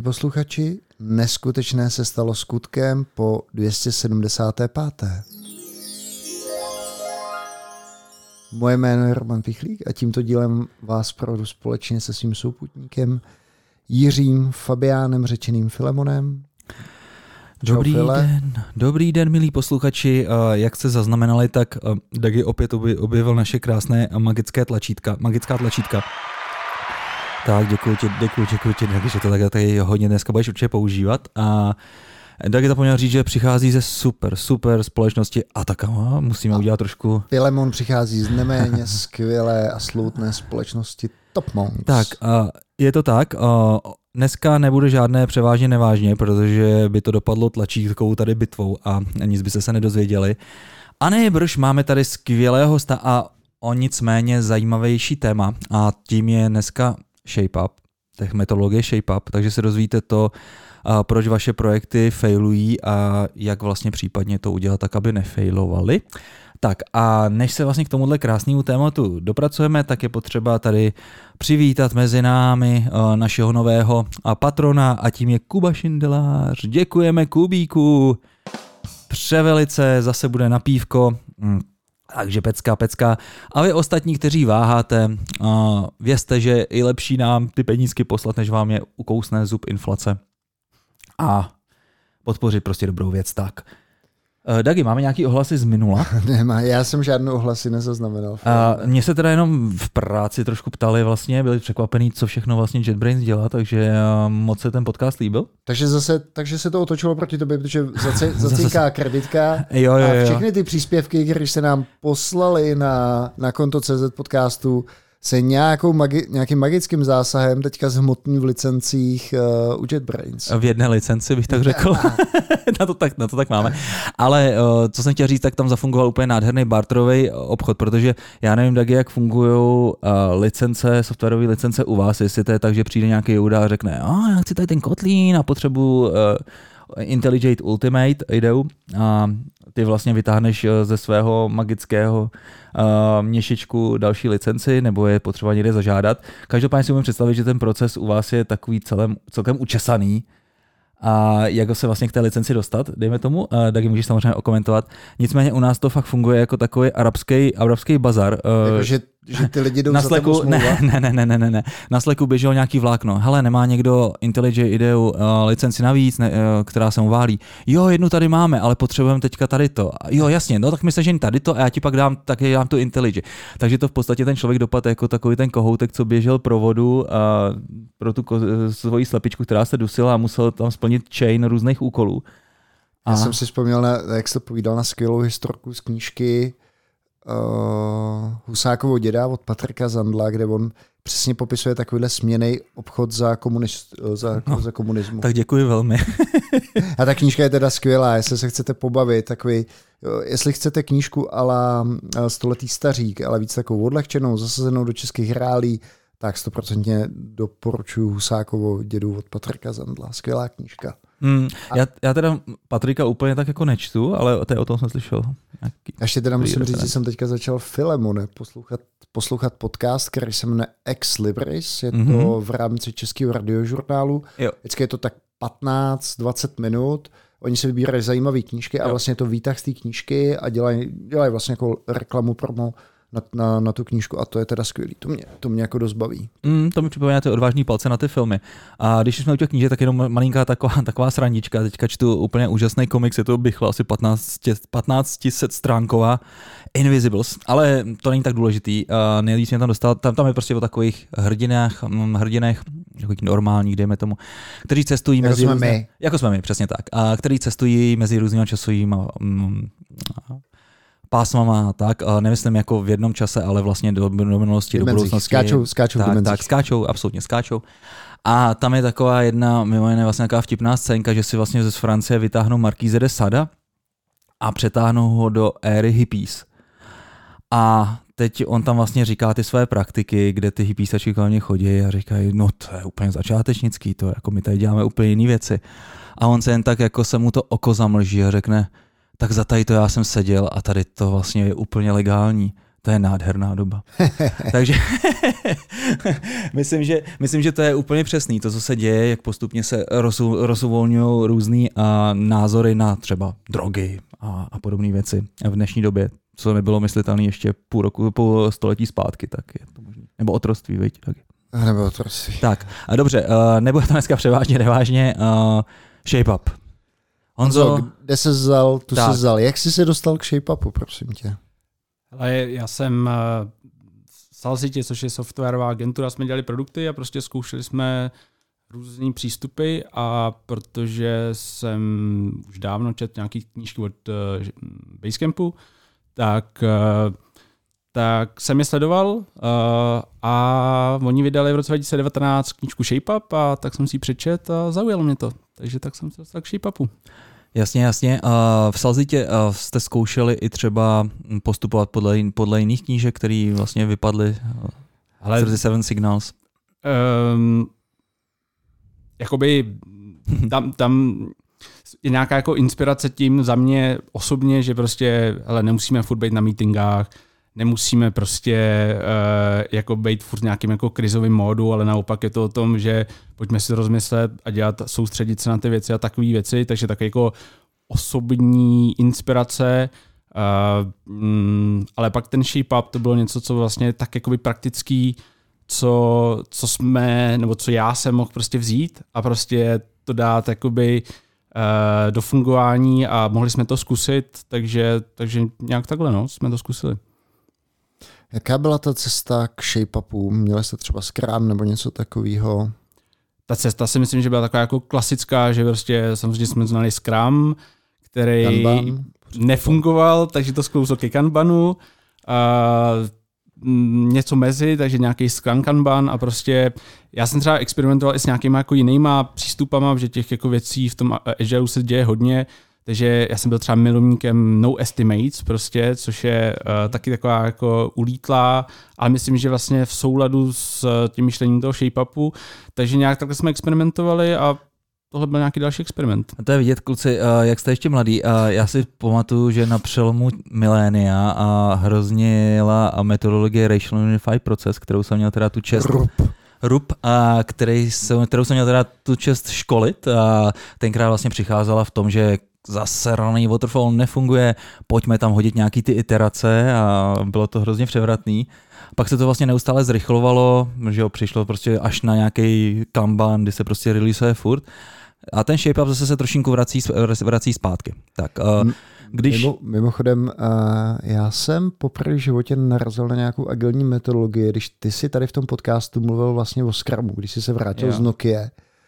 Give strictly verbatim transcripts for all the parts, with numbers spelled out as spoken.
milí posluchači, neskutečné se stalo skutkem po dvě stě sedmdesáté páté Moje jméno je Roman Pichlík a tímto dílem vás provedu společně se svým souputníkem Jiřím Fabiánem řečeným Filemonem. Dobrý den, dobrý den, milí posluchači. Jak jste zaznamenali, tak Dagi opět objevil naše krásné magické tlačítka, magická tlačítka. Tak, děkuji ti, děkuji, děkuji ti, Dagi, že to tak tady hodně dneska budeš určitě používat. A Dagi zapomněl říct, že přichází ze super, super společnosti Atacama. Musíme a udělat trošku... Filemon přichází z neméně skvělé a sloutné společnosti Top Monks. Tak, je to tak. Dneska nebude žádné převážně nevážně, protože by to dopadlo tlačítkou tady bitvou a nic byste se nedozvěděli. A nejbrž máme tady skvělého hosta a o nicméně zajímavější téma a tím je dneska ShapeUp, těch metodologie ShapeUp, takže se dozvíte to, proč vaše projekty failují a jak vlastně případně to udělat tak, aby nefailovaly. Tak a než se vlastně k tomuhle krásnému tématu dopracujeme, tak je potřeba tady přivítat mezi námi našeho nového patrona a tím je Kuba Šindelář. Děkujeme, Kubíku. Převelice, zase bude na pívko. Takže pecka, pecka. A vy ostatní, kteří váháte, vězte, že je lepší nám ty penízky poslat, než vám je ukousne zub inflace. A podpořit prostě dobrou věc tak. Dagi, máme nějaký ohlasy z minula? Nemá, já jsem žádnou ohlasy nezaznamenal. A mě se teda jenom v práci trošku ptali vlastně, byli překvapený, co všechno vlastně JetBrains dělá, takže moc se ten podcast líbil. Takže zase, takže se to otočilo proti tobě, protože zace, zacíká kreditka jo, jo, jo. A všechny ty příspěvky, které se nám poslali na, na konto C Z podcastu, se nějakou magi, nějakým magickým zásahem teďka zhmotní v licencích uh, u JetBrains. V jedné licenci bych tak řekl. na, to tak, na to tak máme. Ale uh, co jsem chtěl říct, tak tam zafungoval úplně nádherný barterový obchod, protože já nevím, Dagi, jak fungují uh, licence, softwarové licence u vás, jestli to je tak, že přijde nějaký Jouda a řekne, a já chci tady ten Kotlin a potřebuji uh, IntelliJ Ultimate ideu a ty vlastně vytáhneš ze svého magického uh, měšičku další licenci, nebo je potřeba někde zažádat. Každopádně si umím představit, že ten proces u vás je takový celém, celkem učesaný. A jak se vlastně k té licenci dostat, dejme tomu, uh, Dagi, můžeš samozřejmě okomentovat. Nicméně u nás to fakt funguje jako takový arabský, arabský bazar. Uh, jako, že, že ty lidi jdou na za Slacku, tebou ne, ne, ne, ne, ne, ne. Na Slacku běželo nějaký vlákno. Hele, nemá někdo IntelliJ ideu uh, licenci navíc, ne, uh, která se mu válí. Jo, jednu tady máme, ale potřebujeme teďka tady to. Jo, jasně, no tak mi sežeň tady to a já ti pak dám, taky dám tu IntelliJ. Takže to v podstatě ten člověk dopadl jako takový ten kohoutek, co běžel pro vodu a pro tu ko- svoji slepičku, která se dusila a musel tam splnit chain různých úkolů. A... Já jsem si vzpomněl, na, jak jsi to povídal, na skvělou historku z knížky uh, Husákovo děda od Patrika Zandla, kde on přesně popisuje takovýhle směnnej obchod za, komunist, za, no, za komunismu. Tak děkuji velmi. A ta knížka je teda skvělá, jestli se chcete pobavit, takový, jestli chcete knížku ala stoletý stařík, ale víc takovou odlehčenou, zasazenou do českých reálí, tak stoprocentně doporučuji Husákovo dědu od Patrika Zandla. Skvělá knížka. Mm, já, já teda Patrika úplně tak jako nečtu, ale to je o tom jsem slyšel. Nějaký ještě teda musím říct, že jsem teďka začal Filemone poslouchat, poslouchat podcast, který se jmenuje Ex Libris. Je to mm-hmm. v rámci českého radiožurnálu. Jo. Vždycky je to tak patnáct dvacet minut. Oni se vybírají zajímavé knížky a jo. vlastně je to výtah z té knížky a dělají, dělají vlastně jako reklamu promo Na, na, na tu knížku a to je teda skvělý. To mě, to mě jako dost baví. Mm, to mi připomíná ty odvážný palce na ty filmy. A když jsme u těch knížek, tak jenom malinká taková, taková srandička. Teďka čtu úplně úžasný komiks, je to bychlo asi patnáct set stránková Invisibles, ale to není tak důležitý. Uh, nejvíc mě tam dostal, tam, tam je prostě o takových hrdinách, hrdinech, jako normálních, dejme tomu, kteří cestují jako mezi... Jsme různé, my. Jako jsme my, přesně tak. A kteří cestují mezi různými časovými um, pásmama a tak, a nemyslím jako v jednom čase, ale vlastně do, do minulosti, do budoucnosti. Skáčou, skáčou tak, v dimenzích. Tak, skáčou, absolutně skáčou. A tam je taková jedna, mimo jiné vlastně taková vtipná scénka, že si vlastně z Francie vytáhnou Marquise de Sade a přetáhnou ho do éry hippies. A teď on tam vlastně říká ty své praktiky, kde ty hippiesači kolem chodí a říkají, no to je úplně začátečnický, to jako my tady děláme úplně jiné věci. A on se jen tak jako se mu to oko zamlží a řekne, tak za tady to já jsem seděl a tady to vlastně je úplně legální. To je nádherná doba. Takže myslím, že, myslím, že to je úplně přesný. To, co se děje, jak postupně se rozu, rozuvolňují různý a názory na třeba drogy a, a podobné věci v dnešní době, co nebylo myslitelné ještě půl roku, půl století zpátky, tak je to možný. Nebo otroctví, viď? Tak. Nebo otroctví. Tak, a dobře, uh, nebude to dneska převážně, nevážně. Uh, shape Up. Honzo, kde se vzal, tu tak. se vzal. Jak jsi se dostal k Shape Upu, prosím tě? Ale já jsem v Salsitě, což je softwarová agentura, jsme dělali produkty a prostě zkoušeli jsme různý přístupy a protože jsem už dávno četl nějaký knížky od uh, Basecampu, tak, uh, tak jsem je sledoval uh, a oni vydali v roce dva tisíce devatenáct knížku Shape Up a tak jsem si ji přečet a zaujalo mě to. Takže tak jsem se dostal k Shape Upu. Jasně, jasně. V Salsitě jste zkoušeli i třeba postupovat podle, podle jiných knížek, které vlastně vypadly? Ale třicet sedm Signals. Um, jakoby tam, tam je nějaká jako inspirace tím za mě osobně, že prostě hele, nemusíme furt být na meetingách, nemusíme prostě uh, jako být furt nějakým jako krizovým módu, ale naopak je to o tom, že pojďme si to rozmyslet a dělat, soustředit se na ty věci a takové věci, takže tak jako osobní inspirace, uh, mm, ale pak ten Shape Up to bylo něco, co vlastně tak jakoby praktický, co, co jsme, nebo co já jsem mohl prostě vzít a prostě to dát jakoby uh, do fungování a mohli jsme to zkusit, takže, takže nějak takhle no, jsme to zkusili. Jaká byla ta cesta k Shape Upu? Měli jste třeba Scrum nebo něco takového? Ta cesta si myslím, že byla taková jako klasická, že prostě samozřejmě jsme znali Scrum, který Kanban nefungoval, takže to sklouzlo ke Kanbanu. A něco mezi, takže nějaký Scrum Kanban a prostě já jsem třeba experimentoval i s nějakýma jako jinýma přístupama, že těch jako věcí v tom Agile se děje hodně. Takže já jsem byl třeba milovníkem No Estimates, prostě, což je uh, taky taková jako ulítlá, ale myslím, že vlastně v souladu s tím myšlením toho Shape Upu. Takže nějak takhle jsme experimentovali a tohle byl nějaký další experiment. A to je vidět, kluci, uh, jak jste ještě mladý. Uh, já si pamatuju, že na přelomu milénia a hrozněla a metodologie Racial Unified Process, kterou jsem měl teda tu čest... R U P. R U P, a který jsem, kterou jsem měl teda tu čest školit a tenkrát vlastně přicházela v tom, že zaseraný waterfall nefunguje, pojďme tam hodit nějaký ty iterace a bylo to hrozně převratný. Pak se to vlastně neustále zrychlovalo, že jo, přišlo prostě až na nějaký Kanban, kdy se prostě releaseuje furt. A ten Shape Up zase se trošinku vrací, vrací zpátky. Tak, uh, když... Mimo, mimochodem, uh, já jsem poprvé v životě narazil na nějakou agilní metodologii, když ty si tady v tom podcastu mluvil vlastně o Scrumu, když jsi se vrátil jo. z Nokia.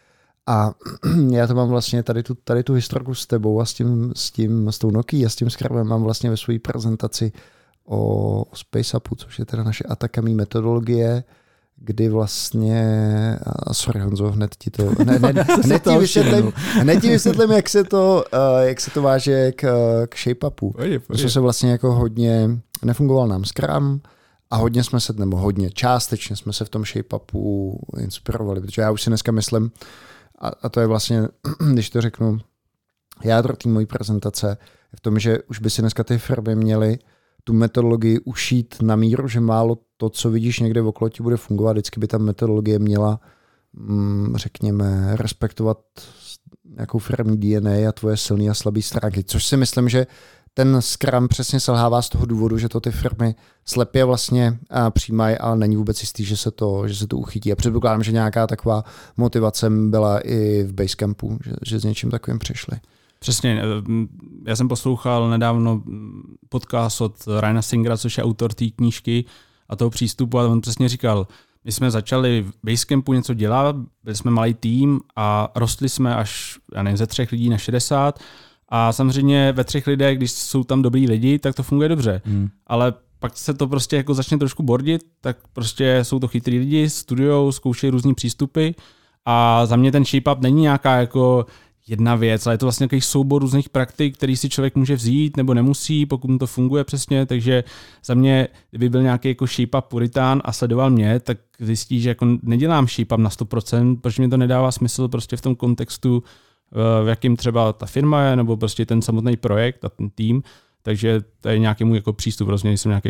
A já to mám vlastně tady tu, tady tu historku s tebou a s tím, s tím, s tou Nokia a s tím Scrumem mám vlastně ve své prezentaci o, o Space Upu, což je teda naše Atacami metodologie, kdy vlastně, a sorry Honzo, hned ti to, ne, ne, hned, ti vysvětlím, hned ti vysvětlím, jak se to, uh, jak se to váže k, k Shape Upu. Protože se vlastně jako hodně, nefungoval nám Scrum a hodně jsme se, nebo hodně, částečně jsme se v tom Shape Upu inspirovali, protože já už si dneska myslím, a, a to je vlastně, když to řeknu, jádro té mojí prezentace je v tom, že už by si dneska ty firmy měly tu metodologii ušít na míru, že málo to, co vidíš někde v okolo, ti bude fungovat. Vždycky by ta metodologie měla, mm, řekněme, respektovat nějakou firmní D N A a tvoje silné a slabé stránky. Což si myslím, že ten Scrum přesně selhává z toho důvodu, že to ty firmy slepě vlastně přijímají, ale není vůbec jistý, že se to, že se to uchytí. A předpokládám, že nějaká taková motivace byla i v Basecampu, že, že s něčím takovým přišli. Přesně. Já jsem poslouchal nedávno podcast od Ryana Singera, což je autor té knížky a toho přístupu, a on přesně říkal, my jsme začali v Basecampu něco dělat, byli jsme malý tým a rostli jsme až, já nevím, ze třech lidí na šedesát a samozřejmě ve třech lidech, když jsou tam dobrý lidi, tak to funguje dobře. Hmm. Ale pak se to prostě jako začne trošku bordit, tak prostě jsou to chytrý lidi, studujou, zkoušejí různý přístupy a za mě ten Shape Up není nějaká jako jedna věc, ale je to vlastně nějaký soubor různých praktik, který si člověk může vzít nebo nemusí, pokud mu to funguje přesně, takže za mě, kdyby byl nějaký jako Shape Up puritán a sledoval mě, tak zjistí, že jako nedělám Shape Up na sto procent, protože mi to nedává smysl prostě v tom kontextu, v jakým třeba ta firma je, nebo prostě ten samotný projekt a ten tým, takže to je nějaký můj jako přístup, rozhodně jsem nějaký jako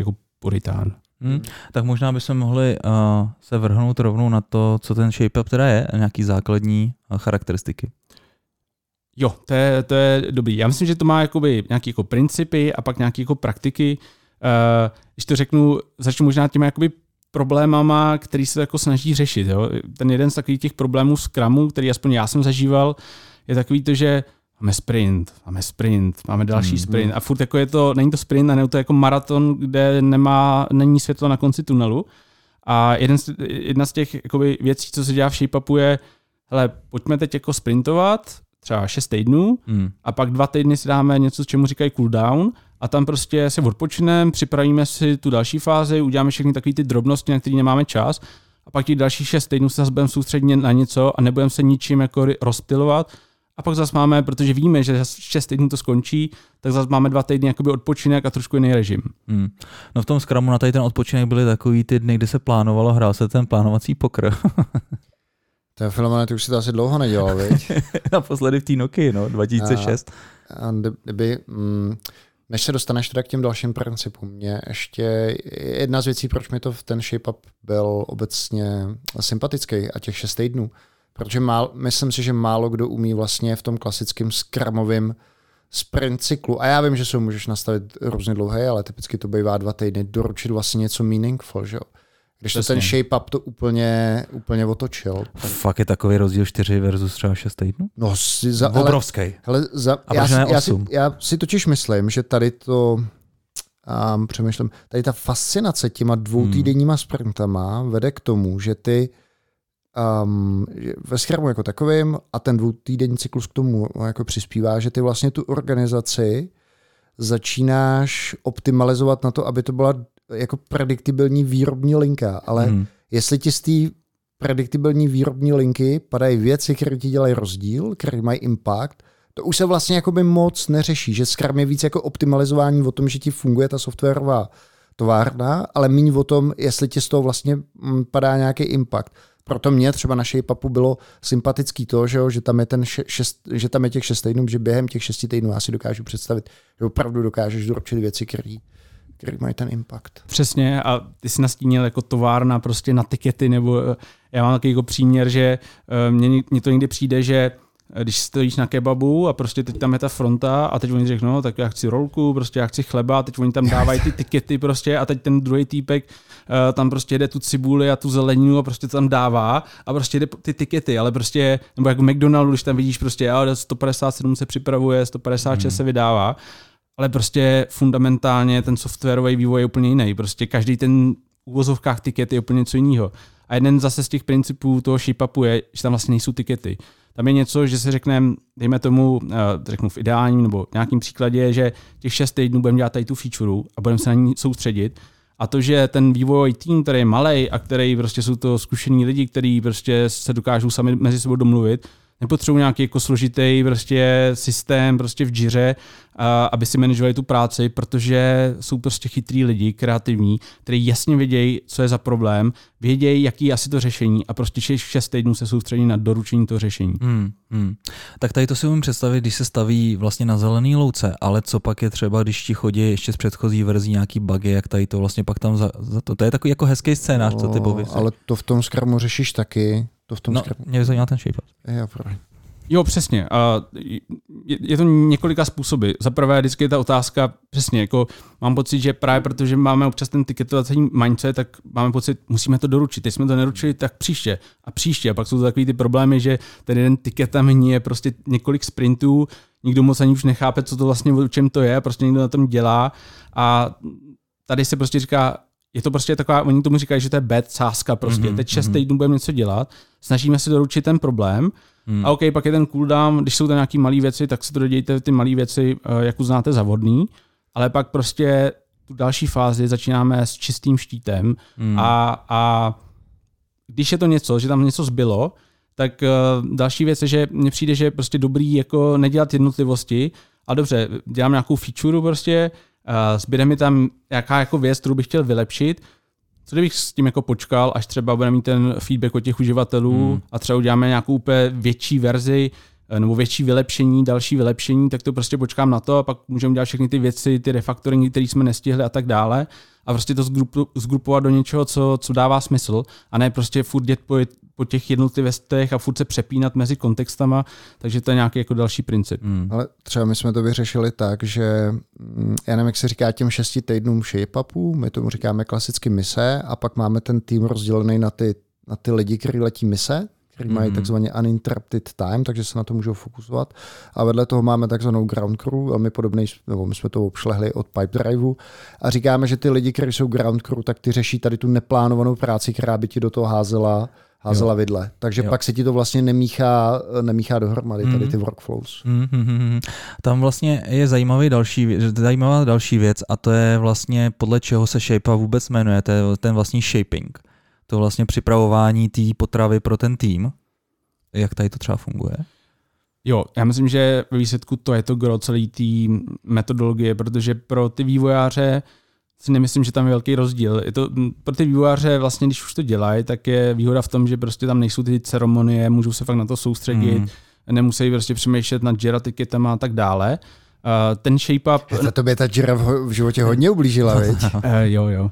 puritán. Hmm. Tak možná bychom mohli uh, se vrhnout rovnou na to, co ten shape-up teda je, nějaký základní uh, charakteristiky. Jo, to je, to je dobrý. Já myslím, že to má jakoby nějaké jako principy a pak nějaké jako praktiky. Uh, když to řeknu, začnu možná těma jakoby problémama, který se jako snaží řešit. Jo? Ten jeden z takových těch problémů Scrumu, který aspoň já jsem zažíval, je takový to, že máme sprint, máme sprint, máme další hmm, sprint a furt jako je to, není to sprint a není to jako maraton, kde nemá, není světlo na konci tunelu. A jeden z, jedna z těch jakoby věcí, co se dělá v shape-upu je, hele, pojďme teď jako sprintovat, třeba šest týdnů hmm. a pak dva týdny si dáme něco, čemu říkají cooldown a tam prostě se odpočineme, připravíme si tu další fázi, uděláme všechny takové ty drobnosti, na které nemáme čas a pak těch dalších šest týdnů se zase budeme soustředit na něco a nebudeme se ničím jako rozptylovat. A pak zase máme, protože víme, že šest týdnů to skončí, tak zase máme dva týdny jakoby odpočinek a trošku jiný režim. Hmm. No v tom Scrumu na tady ten odpočinek byly takový ty dny, kdy se plánovalo, hrál se ten plánovací pokr. To je Filemone, ty už si to asi dlouho nedělal, viď? Naposledy v té Nokii, no, dva tisíce šest. A, a kdyby, mm, než se dostaneš teda k těm dalším principům, mě ještě jedna z věcí, proč mi to v ten shape-up byl obecně sympatický a těch šest týdnů, protože mál, myslím si, že málo kdo umí vlastně v tom klasickém scrumovém sprint cyklu, a já vím, že se můžeš nastavit různě dlouhý, ale typicky to bývá dva týdny, doručit vlastně něco meaningful, že jo? Když to ten shape-up to úplně, úplně otočil. Tak... Fakt je takový rozdíl čtyři versus třeba šest týdnů? No, si za, obrovský. Hele, za, a já, si, já, si, já si totiž myslím, že tady to, um, přemýšlím, tady ta fascinace těma dvoutýdenníma hmm. sprintama vede k tomu, že ty um, ve Scrumu jako takovým a ten dvoutýdenní cyklus k tomu jako přispívá, že ty vlastně tu organizaci začínáš optimalizovat na to, aby to byla jako prediktibilní výrobní linka, ale hmm. jestli ti z té prediktibilní výrobní linky padají věci, které ti dělají rozdíl, které mají impact, to už se vlastně jakoby moc neřeší, že Scrum je víc jako optimalizování o tom, že ti funguje ta softwarová továrna, ale méně o tom, jestli ti z toho vlastně padá nějaký impact. Proto mě třeba na shape-upu bylo sympatický to, že, jo, že, tam je ten šest, že tam je těch šest týdnů, že během těch šesti týdnů já si dokážu představit, že opravdu dokážeš doručit věci, které který mají ten impact. Přesně, a ty jsi nastínil jako továrna prostě na tikety, nebo já mám takový jako příměr, že mně, mně to někdy přijde, že když stojíš na kebabu a prostě teď tam je ta fronta a teď oni řeknou, no, tak já chci rolku, prostě já chci chleba, a teď oni tam dávají ty tikety prostě a teď ten druhý týpek uh, tam prostě jede tu cibuli a tu zeleninu a prostě tam dává a prostě jde ty tikety, ale prostě, nebo jako McDonaldu, když tam vidíš prostě, a sto padesát sedm se připravuje, sto padesát šest hmm. se vydává, ale prostě fundamentálně ten softwarový vývoj je úplně jiný. Prostě každý ten v uvozovkách tiket je úplně něco jiného. A jeden zase z těch principů toho shape-upu je, že tam vlastně nejsou tikety. Tam je něco, že se řekne, dejme tomu, řeknu v ideálním nebo nějakým příkladě, že těch šest týdnů budeme dělat tady tu feature a budeme se na ní soustředit. A to, že ten vývojový tým, který je malej a který prostě jsou to zkušení lidi, kteří prostě se dokážou sami mezi sebou domluvit, nepotřebují nějaký jako složitý prostě systém prostě v Jiře, aby si manažovali tu práci, protože jsou prostě chytrý lidi, kreativní, kteří jasně vědějí, co je za problém, vědějí, jaký je asi to řešení a prostě šest týdnů se soustředí na doručení toho řešení. Hmm, hmm. Tak tady to si umím představit, když se staví vlastně na zelený louce, ale co pak je třeba, když ti chodí ještě z předchozí verzí nějaký bugy, jak tady to vlastně pak tam za, za to. To je takový jako hezký scénář, no, co ty povíš. Ale to v tom Scrumu řešíš taky. To v tom no, mě by zajímal ten shape-up. Jo, jo, přesně. A je, je to několika způsoby. Za prvé, vždycky je ta otázka, přesně, jako mám pocit, že právě protože máme občas ten tiketovací mindset, tak máme pocit, musíme to doručit. Teď jsme to nedoručili, tak příště a příště. A pak jsou to takový ty problémy, že ten jeden tiket tam je prostě několik sprintů, nikdo moc ani už nechápe, co to vlastně, o čem to je, prostě někdo na tom dělá. A tady se prostě říká, je to prostě taková, oni tomu říkají, že to je bad sázka prostě. Mm-hmm, Teď šest týdnů budeme něco dělat, snažíme se doručit ten problém mm. a OK, pak je ten cooldown, když jsou tam nějaký malé věci, tak si to dodějte ty malé věci, jak uznáte za vhodný, ale pak prostě tu další fázi začínáme s čistým štítem mm. a, a když je to něco, že tam něco zbylo, tak uh, další věc je, že mně přijde, že je prostě dobrý jako nedělat jednotlivosti a dobře, dělám nějakou feature prostě, Uh, zbyde mi tam jaká jako věc, kterou bych chtěl vylepšit. Co kdybych s tím jako počkal, až třeba budeme mít ten feedback od těch uživatelů hmm. a třeba uděláme nějakou úplně větší verzi, nebo větší vylepšení, další vylepšení, tak to prostě počkám na to a pak můžeme dělat všechny ty věci, ty refaktoringy, které jsme nestihli a tak dále a prostě to zgrupu, zgrupovat do něčeho, co, co dává smysl a ne prostě furt jít po, po těch jednotlivostech a furt se přepínat mezi kontextama, takže to je nějaký jako další princip. Hmm. Ale třeba my jsme to vyřešili tak, že já nevím, jak se říká těm šesti týdnům shape-upů, my tomu říkáme klasicky mise a pak máme ten tým rozdělený na ty, na ty lidi, kteří letí mise, který mají mm-hmm. takzvaně uninterrupted time, takže se na to můžou fokusovat. A vedle toho máme takzvanou ground crew, velmi podobný, nebo my jsme to obšlehli od Pipedriveu a říkáme, že ty lidi, kteří jsou ground crew, tak ty řeší tady tu neplánovanou práci, která by ti do toho házela, házela jo. vidle. Takže jo. pak se ti to vlastně nemíchá, nemíchá dohromady, mm-hmm. tady ty workflows. Mm-hmm. Tam vlastně je zajímavý další, zajímavá další věc a to je vlastně podle čeho se Shape vůbec jmenuje, to je ten vlastní shaping. To vlastně připravování té potravy pro ten tým. Jak tady to třeba funguje? Jo, já myslím, že ve výsledku to je to gro celé té metodologie, protože pro ty vývojáře si nemyslím, že tam je velký rozdíl. Je to, pro ty vývojáře vlastně, když už to dělají, tak je výhoda v tom, že prostě tam nejsou ty ceremonie, můžou se fakt na to soustředit, mm. nemusí prostě přemýšlet nad Jira ticketama a tak dále. Uh, ten shape-up... To tobě ta Jira v, v životě hodně ublížila, viď? uh, jo, jo.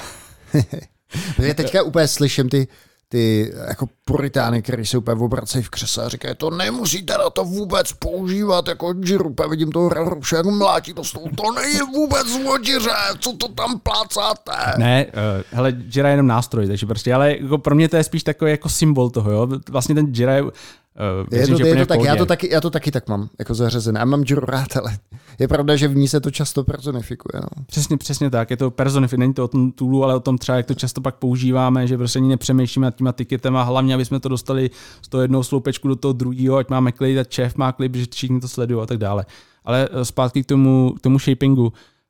Já teďka úplně slyším ty, ty jako puritány, který se úplně obracejí v křesle a říkají, to nemusíte na to vůbec používat jako Jiru, vidím toho Raruše, jak mlátí to stůl, to není vůbec o Jiře, co to tam plácáte? Ne, uh, hele, Jira je jenom nástroj, takže prostě, ale jako pro mě to je spíš takový jako symbol toho, jo, vlastně ten Jira je Uh, je to, je to tak, já, to taky, já to taky tak mám, jako zařazené. Já mám Jiru rád, ale je pravda, že v ní se to často personifikuje. No. Přesně, přesně tak, je to personifikuje, není to o tom toolu, ale o tom třeba, jak to často pak používáme, že prostě ani nepřemýšlíme nad těma tiketama, hlavně, aby jsme to dostali z toho jednoho sloupečku do toho druhého, ať máme klid, ať šéf má klid, že všichni to sledují a tak dále. Ale zpátky k tomu, k tomu shapingu. Uh,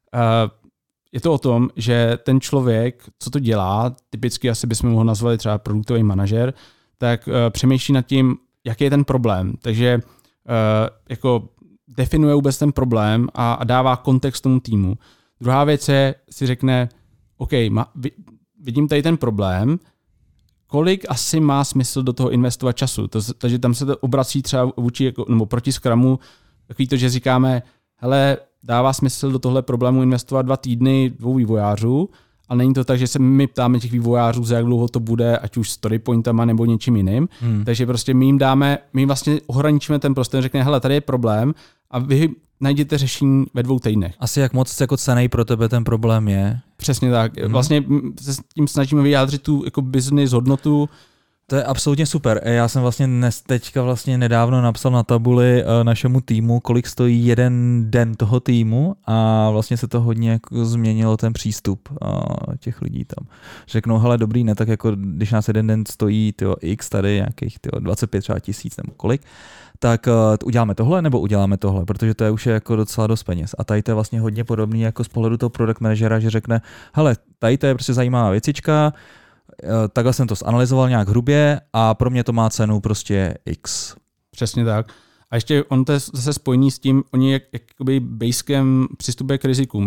je to o tom, že ten člověk, co to dělá, typicky asi bychom ho nazvali třeba produktový manažer, tak uh, přemýšlí nad tím, jaký je ten problém. Takže uh, jako definuje vůbec ten problém a, a dává kontext tomu týmu. Druhá věc je, si řekne, OK, ma, vidím tady ten problém, kolik asi má smysl do toho investovat času. To, takže tam se to obrací třeba vůči, jako, nebo proti Scrumu, takový to, že říkáme, hele, dává smysl do tohle problému investovat dva týdny dvou vývojářů, ale není to tak, že se my ptáme těch vývojářů, za jak dlouho to bude, ať už storypointama nebo něčím jiným. Hmm. Takže prostě my jim dáme, my jim vlastně ohraničíme ten prostor, řekne, hele, tady je problém a vy najděte řešení ve dvou týdnech. Asi jak moc jako cenný pro tebe ten problém je. Přesně tak. Hmm. Vlastně se s tím snažíme vyjádřit tu jako business hodnotu. To je absolutně super. Já jsem vlastně dnes teďka vlastně nedávno napsal na tabuli našemu týmu, kolik stojí jeden den toho týmu a vlastně se to hodně jako změnilo ten přístup těch lidí tam. Řeknou, hele dobrý, ne, tak jako když nás jeden den stojí tyjo, x tady nějakých tyjo, dvacet pět třeba tisíc nebo kolik, tak uh, uděláme tohle nebo uděláme tohle, protože to je už je jako docela dost peněz. A tady to je vlastně hodně podobný jako z pohledu toho product managera, že řekne, hele, tady to je prostě zajímavá věcička, takhle jsem to zanalyzoval nějak hrubě a pro mě to má cenu prostě X. Přesně tak. A ještě on to je zase spojený s tím, oni jak, jakoby Basecamp přistupuje k rizikům. Uh,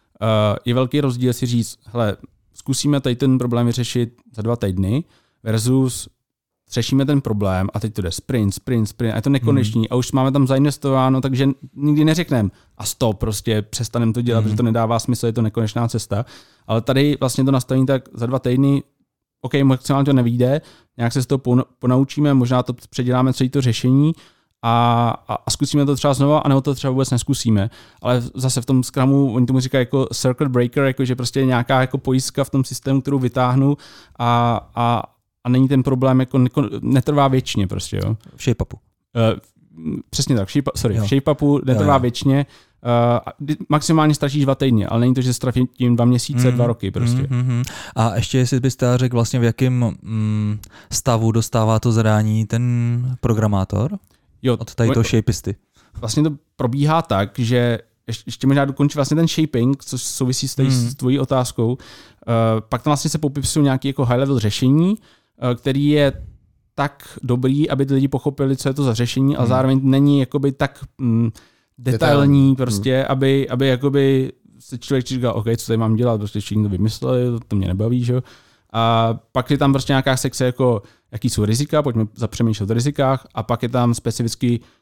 je velký rozdíl si říct, hele, zkusíme tady ten problém vyřešit za dva týdny versus řešíme ten problém a teď to jde sprint, sprint, sprint a je to nekonečný hmm. a už máme tam zainvestováno, takže nikdy neřekneme a stop, prostě přestaneme to dělat, hmm. protože to nedává smysl, je to nekonečná cesta. Ale tady vlastně to nastavení tak za dva týdny, OK, maximálně to nevyjde, nějak se z toho ponaučíme, možná to předěláme celé to řešení a, a, a zkusíme to třeba znova, anebo to třeba vůbec neskusíme. Ale zase v tom Scrumu, oni tomu říkají jako circuit breaker, jako že prostě nějaká jako pojistka v tom systému, kterou vytáhnu a, a, a není ten problém, jako netrvá věčně prostě. Jo. V shape-upu. Uh, přesně tak, v shape, sorry, v shape-upu netrvá jo, jo. věčně. Uh, maximálně stačí dva týdny, ale není to, že strafí tím dva měsíce, mm, dva roky prostě. Mm, mm, a ještě jestli byste řekl vlastně v jakém mm, stavu dostává to zadání ten programátor jo, od tady toho shapeisty? Vlastně to probíhá tak, že ještě možná dokončí vlastně ten shaping, což souvisí s, mm. s tvojí otázkou. Uh, pak tam vlastně se popisují nějaké jako high level řešení, uh, který je tak dobrý, aby ty lidi pochopili, co je to za řešení, mm. a zároveň není jakoby tak mm, detailní prostě, hmm. aby, aby jakoby se člověk říkal, OK, co tady mám dělat, prostě všichni to vymysleli, to, to mě nebaví, že jo. A pak je tam prostě nějaká sekce jako, jaký jsou rizika, pojďme zapřemýšlet o rizikách a pak je tam specificky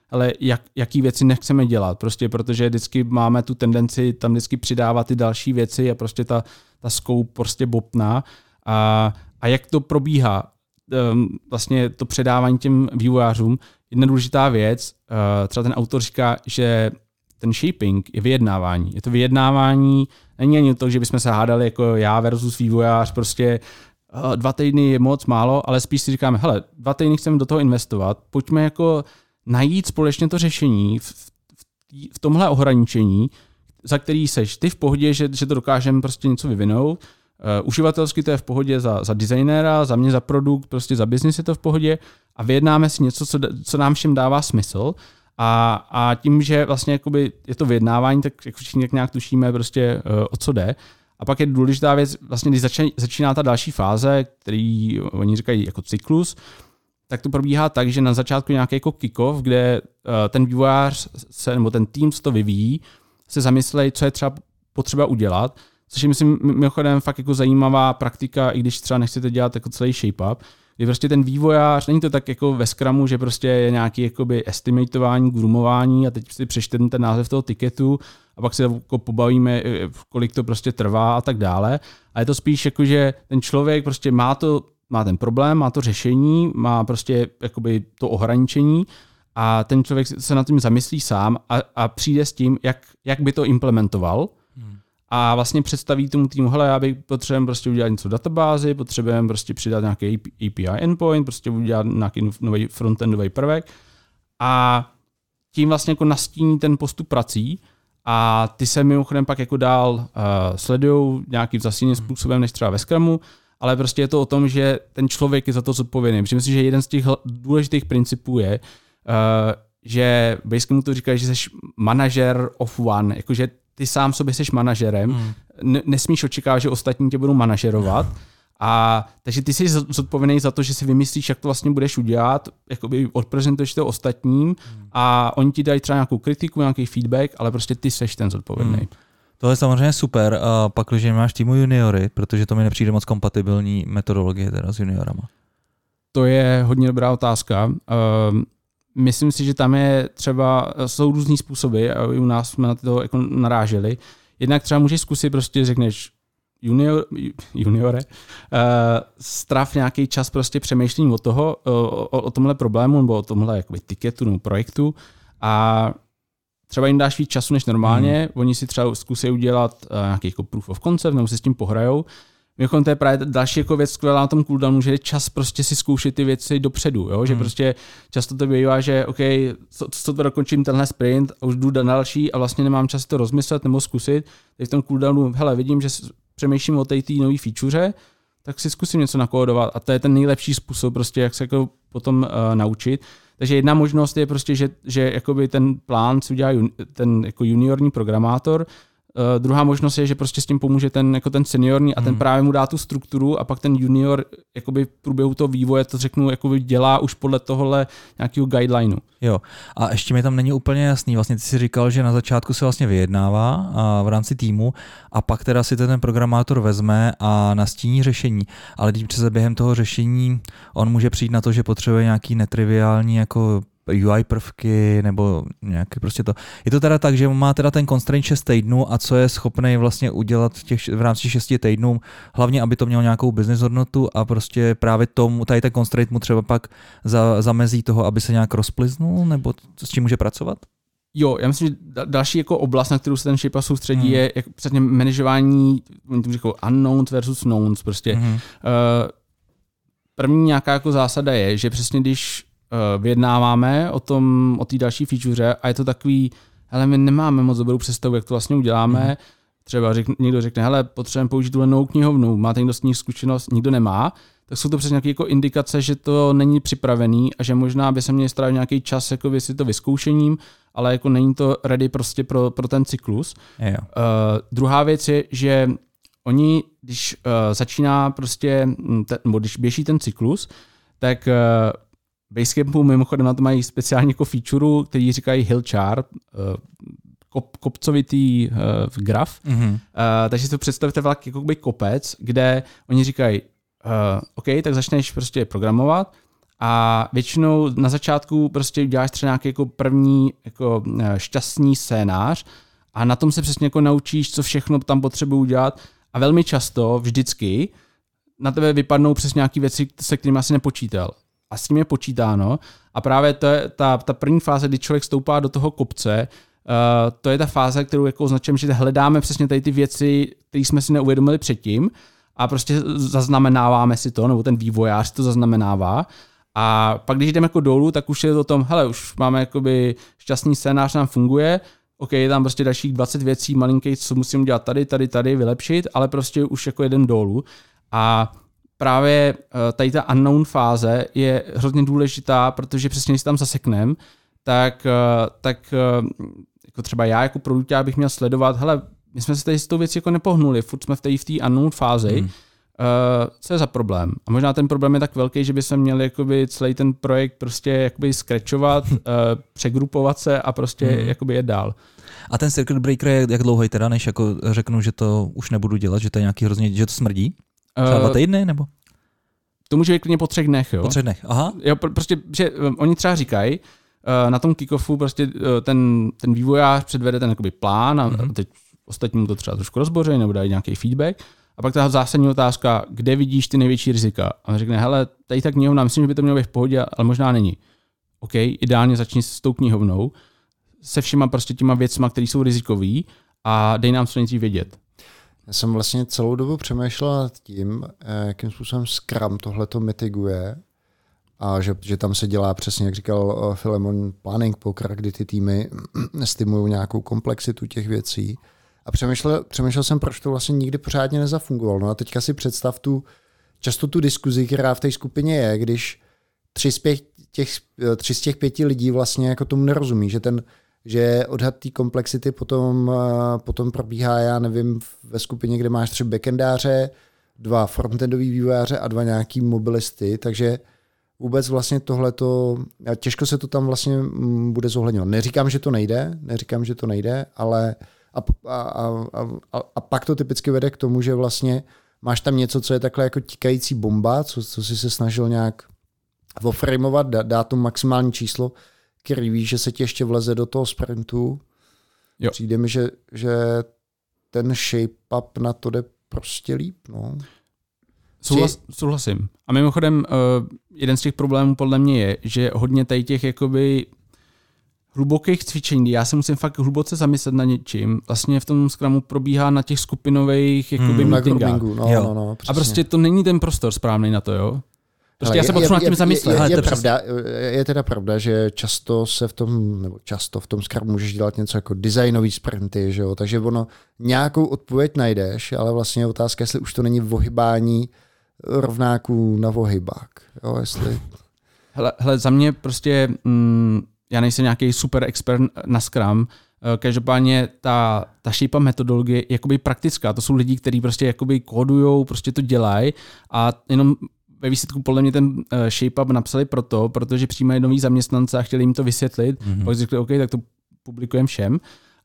ale jak, jaký věci nechceme dělat, prostě protože vždycky máme tu tendenci tam vždycky přidávat ty další věci a prostě ta, ta scope prostě bobtná. A, a jak to probíhá, um, vlastně to předávání těm vývojářům, jedna důležitá věc, uh, třeba ten autor říká, že ten shaping je vyjednávání. Je to vyjednávání, není ani to, že bychom se hádali jako já versus vývojář, prostě uh, dva týdny je moc málo, ale spíš si říkáme, hele, dva týdny chceme do toho investovat, pojďme jako najít společně to řešení v, v, v tomhle ohraničení, za který seš ty v pohodě, že, že to dokážeme prostě něco vyvinout. Uh, uživatelsky to je v pohodě za, za designéra, za mě za produkt, prostě za business je to v pohodě a vyjednáme si něco, co, co nám všem dává smysl. A, a tím, že vlastně jakoby je to vyjednávání, tak jako všichni nějak tušíme prostě uh, o co jde. A pak je důležitá věc, vlastně když začíná, začíná ta další fáze, který oni říkají jako cyklus, tak to probíhá tak, že na začátku nějaký jako kick-off, kde uh, ten vývojář se, nebo ten tým, co to vyvíjí, se zamyslej, co je třeba potřeba udělat, což je, myslím, mimochodem fakt jako zajímavá praktika, i když třeba nechcete dělat jako celý shape-up, kdy prostě ten vývojář, není to tak jako ve Scrumu, že prostě je nějaký jakoby estimatování, groomování a teď si přečteme ten název toho tiketu a pak se jako pobavíme, kolik to prostě trvá a tak dále. A je to spíš jako, že ten člověk prostě má to, má ten problém, má to řešení, má prostě jakoby to ohraničení a ten člověk se nad tím zamyslí sám a, a přijde s tím, jak, jak by to implementoval. Hmm. A vlastně představí tomu týmu, hele, já bych potřebujeme prostě udělat něco v databázi, potřebujeme prostě přidat nějaký A P I endpoint, prostě udělat nějaký nový frontendový prvek a tím vlastně jako nastíní ten postup prací a ty se mimochodem pak jako dál uh, sledujou nějakým zasíným způsobem než třeba ve Scrumu, ale prostě je to o tom, že ten člověk je za to zodpovědný. Protože myslím, že jeden z těch důležitých principů je, uh, že Basecampu to říká, že jsi manažer of one, jakože ty sám sobě jsi manažerem, hmm. N- nesmíš očekávat, že ostatní tě budou manažerovat. A takže ty jsi zodpovědný za to, že si vymyslíš, jak to vlastně budeš udělat, jakoby odprezentuješ to ostatním hmm. a oni ti dají třeba nějakou kritiku, nějaký feedback, ale prostě ty jsi ten zodpovědný. Hmm. To je samozřejmě super, a pak, když máš týmu juniory, protože to mi nepřijde moc kompatibilní metodologie teda s juniorama. To je hodně dobrá otázka. Uh, Myslím si, že tam je třeba, jsou různý způsoby a u nás jsme na to jako naráželi. Jednak třeba můžeš zkusit, prostě řekneš junior, juniore, uh, strav nějaký čas prostě přemýšlení o toho, o, o, o tomhle problému nebo o tomhle jakoby tiketu nebo projektu a třeba jim dáš víc času než normálně, hmm. oni si třeba zkusí udělat uh, nějaký jako proof of concept nebo si s tím pohrajou. Mimochodem to je právě další jako věc skvělá na tom cooldownu, že je čas prostě si zkoušet ty věci dopředu, jo? Hmm. Že prostě často to bývá, že OK, co, co to dokončím tenhle sprint a už jdu na další a vlastně nemám čas to rozmyslet nebo zkusit. Teď v tom cooldownu, hele, vidím, že přemýšlím o té nový feature, tak si zkusím něco nakódovat a to je ten nejlepší způsob prostě, jak se jako potom uh, naučit. Takže jedna možnost je prostě, že, že jakoby ten plán si udělá jun, ten jako juniorní programátor. Uh, druhá možnost je, že prostě s tím pomůže ten, jako ten seniorní a ten hmm. právě mu dá tu strukturu a pak ten junior jakoby v průběhu toho vývoje to řeknu, jakoby dělá už podle tohohle nějakého guidelineu. Jo. A ještě mi tam není úplně jasný. Vlastně ty si říkal, že na začátku se vlastně vyjednává a v rámci týmu a pak teda si ten programátor vezme a nastíní řešení. Ale když přece během toho řešení on může přijít na to, že potřebuje nějaký netriviální jako U I prvky nebo nějaký prostě to. Je to teda tak, že má teda ten constraint šest týdnů a co je schopný vlastně udělat v, těch, v rámci šesti týdnů, hlavně aby to mělo nějakou business hodnotu a prostě právě tomu, tady ten constraint mu třeba pak za, zamezí toho, aby se nějak rozpliznul, nebo s čím může pracovat? Jo, já myslím, že další jako oblast, na kterou se ten shape soustředí, hmm. je jak přesně manažování, oni tomu říkají unknowns versus knowns. Prostě. Hmm. Uh, první nějaká jako zásada je, že přesně když vyjednáváme o tom, o té další feature a je to takový, hele, my nemáme moc dobrou představu, jak to vlastně uděláme. Mm. Třeba řek, někdo řekne, hele, potřebujeme použít tuhle novou knihovnu, máte někdo s ní zkušenost, nikdo nemá, tak jsou to přesně nějaké jako indikace, že to není připravený a že možná by se měli strávit nějaký čas jako si to vyzkoušením, ale jako není to ready prostě pro, pro ten cyklus. Uh, druhá věc je, že oni, když uh, začíná prostě, ten, nebo když běží ten cyklus, tak uh, Basecampu mimochodem na to mají speciální jako feature, který říkají hill chart, kop, kopcovitý uh, graf. Mm-hmm. Uh, takže si to představíte vlak jako by kopec, kde oni říkají, uh, OK, tak začneš prostě programovat A většinou na začátku prostě uděláš třeba nějaký jako první jako šťastný scénář a na tom se přesně jako naučíš, co všechno tam potřebuji udělat a velmi často, vždycky, na tebe vypadnou přes nějaké věci, se kterými asi nepočítal. A s tím je počítáno a právě to je ta, ta první fáze, kdy člověk stoupá do toho kopce, uh, to je ta fáze, kterou jako označujeme, že hledáme přesně tady ty věci, které jsme si neuvědomili předtím a prostě zaznamenáváme si to, nebo ten vývojář to zaznamenává. A pak, když jdeme jako dolů, tak už je to o tom, hele, už máme jakoby šťastný scénář, nám funguje, OK, je tam prostě dalších dvacet věcí malinkých, co musím dělat tady, tady, tady, vylepšit, ale prostě už jako jeden dolů. A právě tady ta unknown fáze je hrozně důležitá, protože přesně, když se tam zaseknem, tak, tak jako třeba já jako produkt bych měl sledovat, hele, my jsme se tady s tou věcí jako nepohnuli, furt jsme v té v té unknown fázi, hmm. Uh, co je za problém? A možná ten problém je tak velký, že by se měli jakoby celý ten projekt prostě jakoby scratchovat, uh, přegrupovat se a prostě hmm. jakoby jet dál. A ten circuit breaker je jak dlouhý teda, než jako řeknu, že to už nebudu dělat, že to je nějaký hrozně, že to smrdí? Třeba dva týdny, nebo? To může být klidně po třech dnech, jo. Po třech dnech, aha. Jo, prostě, že um, oni třeba říkají, uh, na tom kick-offu prostě uh, ten, ten vývojář předvede ten jakoby plán a mm-hmm. teď ostatním to třeba trošku rozboří nebo dají nějaký feedback. A pak ta zásadní otázka, kde vidíš ty největší rizika? A on řekne, hele, tady ta knihovna, myslím, že by to mělo být v pohodě, ale možná není. OK, ideálně začni s tou knihovnou, se všema prostě těma věcma, které jsou rizikový a dej nám co nejdřív vědět. Já jsem vlastně celou dobu přemýšlel nad tím, jakým způsobem Scrum tohleto mitiguje a že, že tam se dělá přesně, jak říkal Filemon, planning poker, kdy ty týmy nestimují nějakou komplexitu těch věcí. A přemýšlel, přemýšlel jsem, proč to vlastně nikdy pořádně nezafungovalo. No a teďka si představ tu, často tu diskuzi, která v té skupině je, když tři z, pět, těch, tři z těch pěti lidí vlastně jako tomu nerozumí, že ten že odhad té komplexity potom, potom probíhá, já nevím, ve skupině, kde máš tři backendáře, dva frontendový vývojáře a dva nějaký mobilisty, takže vůbec vlastně tohleto, těžko se to tam vlastně bude zohledňovat. Neříkám, že to nejde, neříkám, že to nejde, ale a, a, a, a, a pak to typicky vede k tomu, že vlastně máš tam něco, co je takhle jako tikající bomba, co, co si se snažil nějak oframeovat, dát, dát to maximální číslo, který ví, že se ti ještě vleze do toho sprintu. Jo. Přijde mi, že, že ten shape-up na to jde prostě líp. No. Souhlas, souhlasím. A mimochodem, uh, jeden z těch problémů podle mě je, že hodně tady těch jakoby hlubokých cvičení, já se musím fakt hluboce zamyslet na něčím, vlastně v tom Scrumu probíhá na těch skupinových jakoby hmm, meetingách. No, no, no, a prostě to není ten prostor správný na to, jo? Prostě hele, já se potřebuji nad tím zamyslet. Je, je, je, je, pravda, je teda pravda, že často se v tom, nebo často v tom Scrumu můžeš dělat něco jako designový sprinty, že jo? Takže ono nějakou odpověď najdeš, ale vlastně je otázka, jestli už to není vohybání rovnáků na vohybák. Jo, jestli... hele, hele, za mě prostě, mm, já nejsem nějaký super expert na Scrum, každopádně ta, ta shape metodologie je jakoby praktická. To jsou lidi, kteří prostě jakoby kódujou, prostě to dělají a jenom ve výsledku podle mě ten shape-up napsali proto, protože přijímají nový zaměstnance a chtěli jim to vysvětlit. Mm-hmm. Pak řekli, OK, tak to publikujeme všem.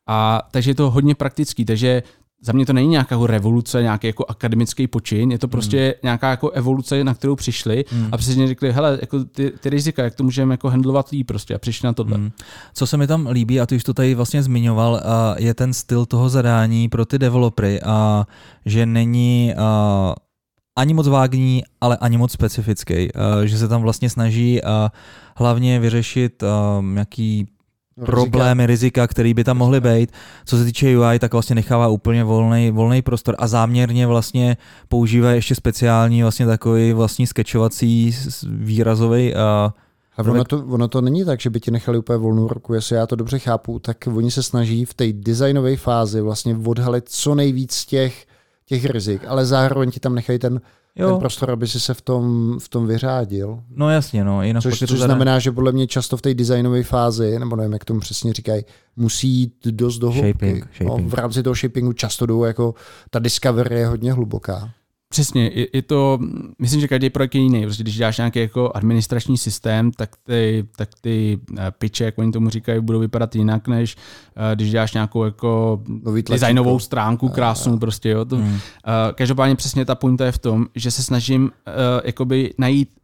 A takže je to hodně praktický. Takže za mě to není nějaká revoluce, nějaký jako akademický počin, je to prostě mm. nějaká jako evoluce, na kterou přišli mm. a přesně řekli, hele, jako ty, ty rizika, jak to můžeme jako handlovat líp prostě a přišli na tohle. Mm. Co se mi tam líbí, a ty už to tady vlastně zmiňoval, je ten styl toho zadání pro ty developery, a že není a, ani moc vágní, ale ani moc specifický, a, že se tam vlastně snaží a, hlavně vyřešit a, nějaký problémy, rizika, které by tam mohly být. Co se týče U I, tak vlastně nechává úplně volný, volný prostor a záměrně vlastně používá ještě speciální vlastně takový vlastní sketchovací výrazový. A ono to, ono to není tak, že by ti nechali úplně volnou ruku. Jestli já to dobře chápu, tak oni se snaží v té designové fázi vlastně odhalit co nejvíc těch, těch rizik, ale zároveň ti tam nechají ten ten prostor, aby si se v tom, v tom vyřádil. No jasně, no. Jinak což což znamená, že podle mě často v té designové fázi, nebo nevím, jak tomu přesně říkají, musí jít dost do hloubky. Shaping, shaping. No, v rámci toho shapingu často jdou, jako ta discovery je hodně hluboká. Přesně, je, je to, myslím, že každý projekt je jiný. Prostě když děláš nějaký jako administrační systém, tak ty, tak ty pitche, jak oni tomu říkají, budou vypadat jinak, než když děláš nějakou jako designovou stránku krásnou. Prostě, jo. To, hmm. Každopádně přesně ta pointa je v tom, že se snažím uh, jakoby najít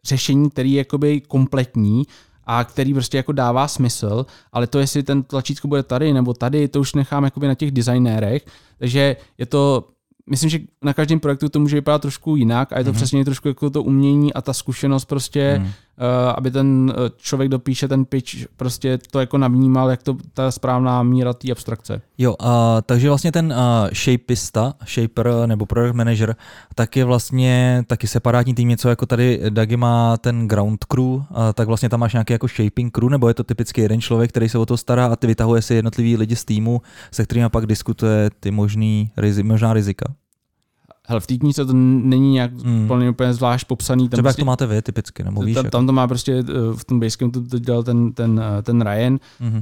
řešení, který je jakoby kompletní a který prostě jako dává smysl, ale to, jestli ten tlačítko bude tady nebo tady, to už nechám jakoby na těch designérech, takže je to, myslím, že na každém projektu to může vypadat trošku jinak a je to mm-hmm. přesně trošku jako to umění a ta zkušenost prostě, mm. uh, aby ten člověk dopíše ten pitch, prostě to jako navnímal, jak to ta správná míra té abstrakce. Jo, uh, takže vlastně ten uh, shapista, shaper nebo product manager, tak je vlastně taky separátní tým, něco jako tady Dagi má ten ground crew, uh, tak vlastně tam máš nějaký jako shaping crew, nebo je to typicky jeden člověk, který se o to stará a ty vytahuje si jednotlivý lidi z týmu, se kterými pak diskutuje ty možný, možná rizika. Hele, v té knížce to není nějak hmm. plně úplně zvlášť popsaný. Tam třeba prostě, jak to máte vy typicky, nebo víš? Tam, tam to má prostě, v tom Basecampu to, to dělal ten, ten, ten Ryan. Hmm. Uh,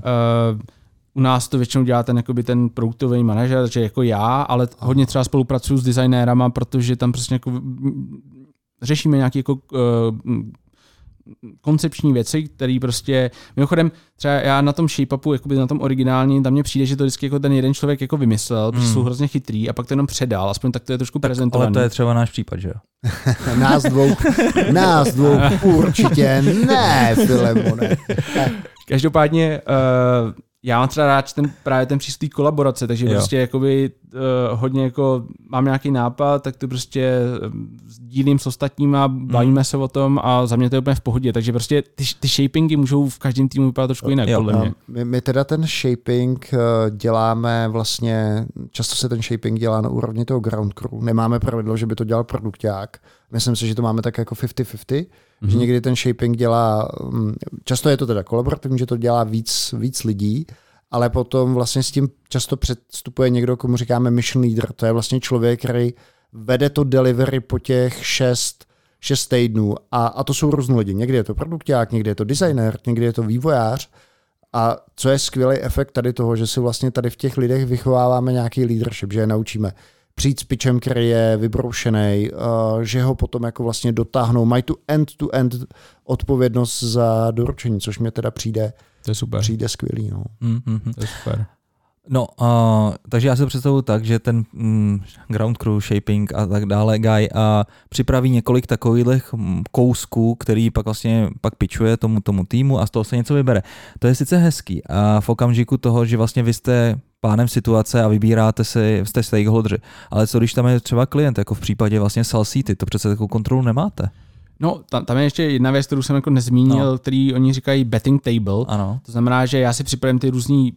u nás to většinou dělá ten, jakoby ten produktový manažer, takže jako já, ale Aha. hodně třeba spolupracuju s designérama, protože tam prostě jako řešíme nějaké jako uh, koncepční věci, které prostě, mimochodem třeba já na tom shape-upu, jakoby na tom originální, tam mně přijde, že to vždycky jako ten jeden člověk jako vymyslel, protože mm. jsou hrozně chytrý a pak to jenom předal, aspoň tak to je trošku tak, prezentovaný. Ale to je třeba náš případ, že jo? nás dvou, nás dvou určitě ne, Filemone. Každopádně uh, já mám třeba rád ten, právě ten přístup kolaborace, takže jo. prostě jakoby uh, hodně jako mám nějaký nápad, tak to prostě sdílím s ostatníma, bavíme mm. se o tom a za mě to je úplně v pohodě, takže prostě ty, ty shapingy můžou v každém týmu vypadat trošku jinak, jo, podle mě. My, my teda ten shaping děláme vlastně, často se ten shaping dělá na úrovni toho ground crew, nemáme pravidlo, že by to dělal produkták, myslím si, že to máme tak jako padesát na padesát, mm-hmm. že někdy ten shaping dělá, často je to teda kolaborativní, že to dělá víc, víc lidí, ale potom vlastně s tím často předstupuje někdo, komu říkáme mission leader, to je vlastně člověk, který vede to delivery po těch šest, šest týdnů a, a to jsou různí lidi. Někdy je to produkták, někdy je to designer, někdy je to vývojář a co je skvělý efekt tady toho, že si vlastně tady v těch lidech vychováváme nějaký leadership, že je naučíme přijít s pitchem, který je vybroušený, uh, že ho potom jako vlastně dotáhnou, mají tu end-to-end odpovědnost za doručení, což mě teda přijde, to je super. přijde skvělý. No. Mm-hmm. To je super. No, uh, takže já se představuji tak, že ten mm, ground crew, shaping a tak dále guy uh, připraví několik takových kousků, který pak vlastně pak pitchuje tomu, tomu týmu a z toho se něco vybere. To je sice hezký a v okamžiku toho, že vlastně vy jste pánem situace a vybíráte si, jste stakeholdři, ale co když tam je třeba klient, jako v případě vlastně Salsity, to přece takovou kontrolu nemáte. No, tam, tam je ještě jedna věc, kterou jsem jako nezmínil, no. který oni říkají betting table. Ano. To znamená, že já si připravím ty různý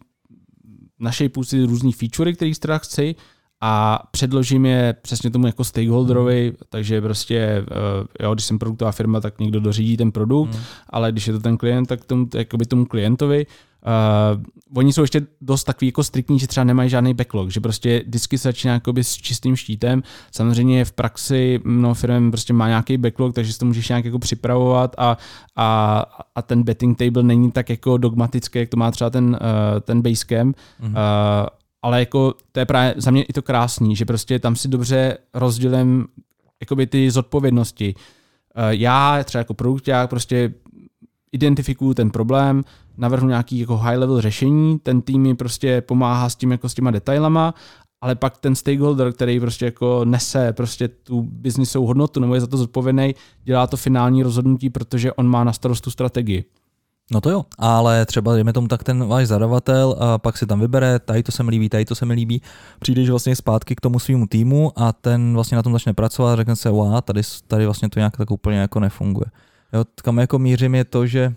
naše pusy různý featurey, který teda chci a předložím je přesně tomu jako stakeholderovi, mm. takže prostě, jo, když jsem produktová firma, tak někdo dořídí ten produkt, mm. ale když je to ten klient, tak tomu, jakoby tomu klientovi. Uh, oni jsou ještě dost takový jako striktní, že třeba nemají žádný backlog, že prostě vždycky se začíná jakoby s čistým štítem. Samozřejmě v praxi mnoho firm prostě má nějaký backlog, takže si to můžeš nějak jako připravovat a, a, a ten betting table není tak jako dogmatický, jak to má třeba ten, uh, ten Basecamp. Mm-hmm. Uh, ale jako to je právě za mě i to krásný, že prostě tam si dobře rozdělím jakoby ty zodpovědnosti. Uh, já třeba jako produkták prostě identifikuju ten problém, navrhnu nějaký jako high level řešení, ten tým mi prostě pomáhá s tím jako s těma detailama, ale pak ten stakeholder, který prostě jako nese prostě tu biznisovou hodnotu nebo je za to zodpovědný, dělá to finální rozhodnutí, protože on má na starost tu strategii. No to jo, ale třeba dejme tomu tak ten váš zadavatel a pak si tam vybere, tady to se mi líbí, tady to se mi líbí, přijdeš vlastně zpátky k tomu svýmu týmu a ten vlastně na tom začne pracovat a řekne se, wow, tady, tady vlastně to nějak tak úplně jako nefunguje. Jo, kam jako mířím je to, že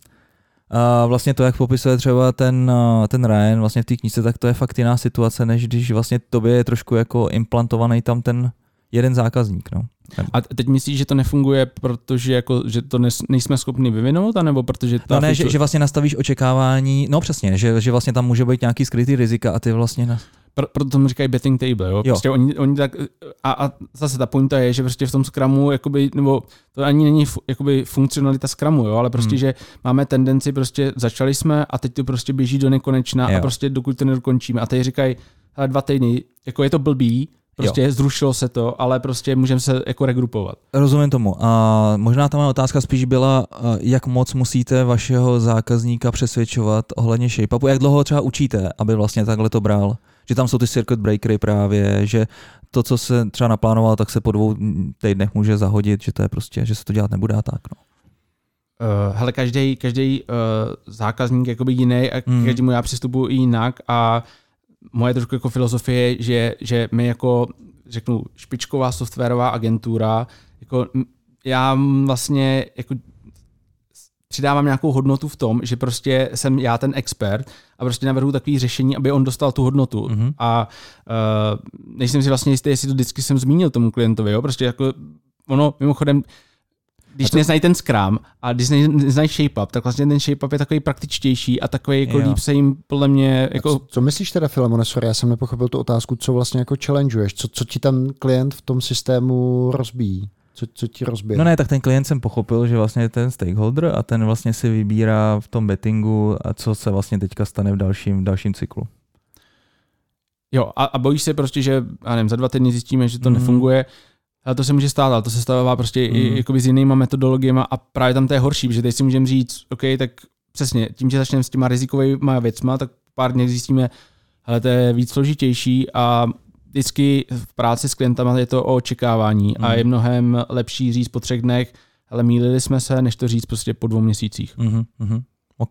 a vlastně to, jak popisuje třeba ten, ten Ryan vlastně v té knížce, tak to je fakt jiná situace, než když vlastně tobě je trošku jako implantovaný tam ten jeden zákazník. No. A teď myslíš, že to nefunguje, protože jako, že to nejsme schopni vyvinout, anebo protože... No ne, že, že vlastně nastavíš očekávání, no přesně, že, že vlastně tam může být nějaký skrytý rizika a ty vlastně... Na... Pro, proto tomu říkají betting table, jo. jo. Prostě oni, oni tak, a, a zase ta pointa je, že prostě v tom Scrumu, jakoby, nebo to ani není jakoby funkcionalita Scrumu, jo, ale prostě, hmm. že máme tendenci, prostě začali jsme a teď to prostě běží do nekonečna jo. a prostě dokud to nedokončíme. A teď říkají, hele, dva týdny, jako je to blbý, prostě jo. zrušilo se to, ale prostě můžeme se jako regrupovat. Rozumím tomu. A možná ta moje otázka spíš byla, jak moc musíte vašeho zákazníka přesvědčovat ohledně shape-upu, jak dlouho třeba učíte, aby vlastně takhle to bral. Že tam jsou ty circuit breakery právě, že to, co se třeba naplánoval, tak se po dvou týdnech může zahodit, že to je prostě, že se to dělat nebude a tak. No. uh, hele, každý, každý uh, zákazník je jakoby jiný a hmm. každému já přistupuji jinak a moje trošku jako filozofie je, že, že my jako, řeknu, špičková softwarová agentura, jako já vlastně jako přidávám nějakou hodnotu v tom, že prostě jsem já ten expert a prostě navrhu takový řešení, aby on dostal tu hodnotu. Mm-hmm. A uh, nejsem si vlastně jistý, jestli to vždycky jsem zmínil tomu klientovi, jo? Prostě jako ono, mimochodem, když to... neznají ten Scrum a když neznají ShapeUp, tak vlastně ten ShapeUp je takový praktičtější a takový jako líp se jim podle mě... Jako... Co, co myslíš teda, Filemone, sorry, já jsem nepochopil tu otázku, co vlastně jako challengeuješ, co, co ti tam klient v tom systému rozbíjí? Co, co ti rozbije? No ne, tak ten klient jsem pochopil, že vlastně je ten stakeholder a ten vlastně si vybírá v tom bettingu, a co se vlastně teďka stane v dalším, v dalším cyklu. Jo, a, a bojíš se prostě, že já nevím, za dva týdny zjistíme, že to mm. nefunguje, ale to se může stát, ale to se stává prostě mm. i jakoby s jinýma metodologiemi a právě tam to je horší, protože teď si můžeme říct, OK, tak přesně, tím, že začneme s těma rizikovými věcma, tak pár dní zjistíme, hele, to je víc složitější a vždycky v práci s klientama je to o očekávání mm. a je mnohem lepší říct po třech dnech, ale mýlili jsme se, než to říct prostě po dvou měsících. Mm-hmm. Mm-hmm. OK.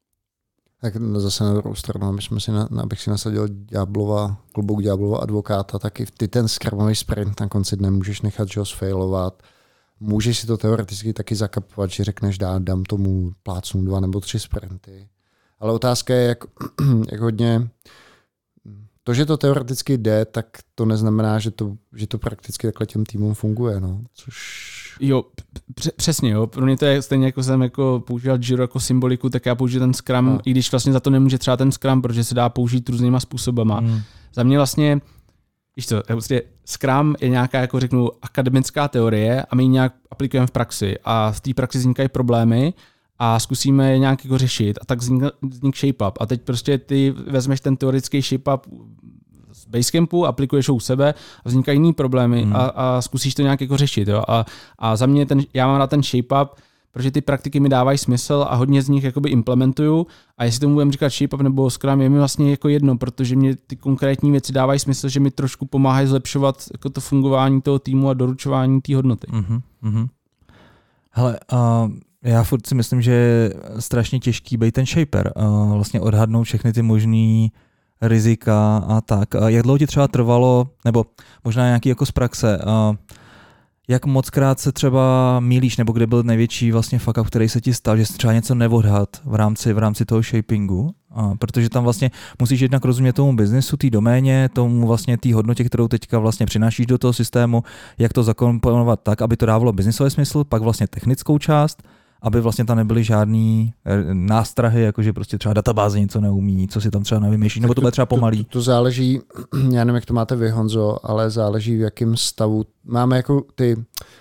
Tak zase na druhou stranu, my jsme si na, abych si nasadil ďáblova, klobouk ďáblova advokáta, tak i ty ten scrumový sprint na konci dne můžeš nechat, že ho sfailovat. Můžeš si to teoreticky taky zakapovat, že řekneš, dá, dám tomu plácnu dva nebo tři sprinty. Ale otázka je, jak, jak hodně... To, že to teoreticky jde, tak to neznamená, že to, že to prakticky takhle těm týmům funguje. No. Což... Jo, přesně. Jo. Pro mě to je stejně, jako jsem jako používal Jira jako symboliku, tak já použiju ten Scrum, no. I když vlastně za to nemůže třeba ten Scrum, protože se dá použít různýma způsobama. Hmm. Za mě vlastně, víš co, vlastně Scrum je nějaká, jako řeknu, akademická teorie a my ji nějak aplikujeme v praxi a v té praxi vznikají problémy a zkusíme je nějak jako řešit a tak vznik, vznik ShapeUp. A teď prostě ty vezmeš ten teoretický ShapeUp z Basecampu, aplikuješ ho u sebe a vznikají jiný problémy hmm. a, a zkusíš to nějak jako řešit. Jo? A, a za mě ten, já mám na ten ShapeUp, protože ty praktiky mi dávají smysl a hodně z nich jakoby implementuju a jestli tomu budeme říkat ShapeUp nebo Scrum, je mi vlastně jako jedno, protože mě ty konkrétní věci dávají smysl, že mi trošku pomáhají zlepšovat jako to fungování toho týmu a doručování té hodnoty. Mm-hmm. Hele, uh... já furt si myslím, že je strašně těžký být ten shaper, vlastně odhadnout všechny ty možný rizika a tak. Jak dlouho ti třeba trvalo, nebo možná nějaký jako z praxe, jak mockrát se třeba mýlíš, nebo kde byl největší vlastně fuck up, který se ti stal, že jsi třeba něco neodhad v rámci, v rámci toho shapingu, a protože tam vlastně musíš jednak rozumět tomu biznesu, té doméně, tomu vlastně té hodnotě, kterou teďka vlastně přinášíš do toho systému, jak to zakomponovat tak, aby to dávalo biznisový smysl, pak vlastně technickou část, aby vlastně tam nebyly žádný nástrahy, jakože prostě třeba databáze něco neumí, co si tam třeba nevymýšlí, nebo to bude třeba pomalý. To, to, to záleží, já nevím, jak to máte vy, Honzo, ale záleží v jakém stavu. Máme jako ty,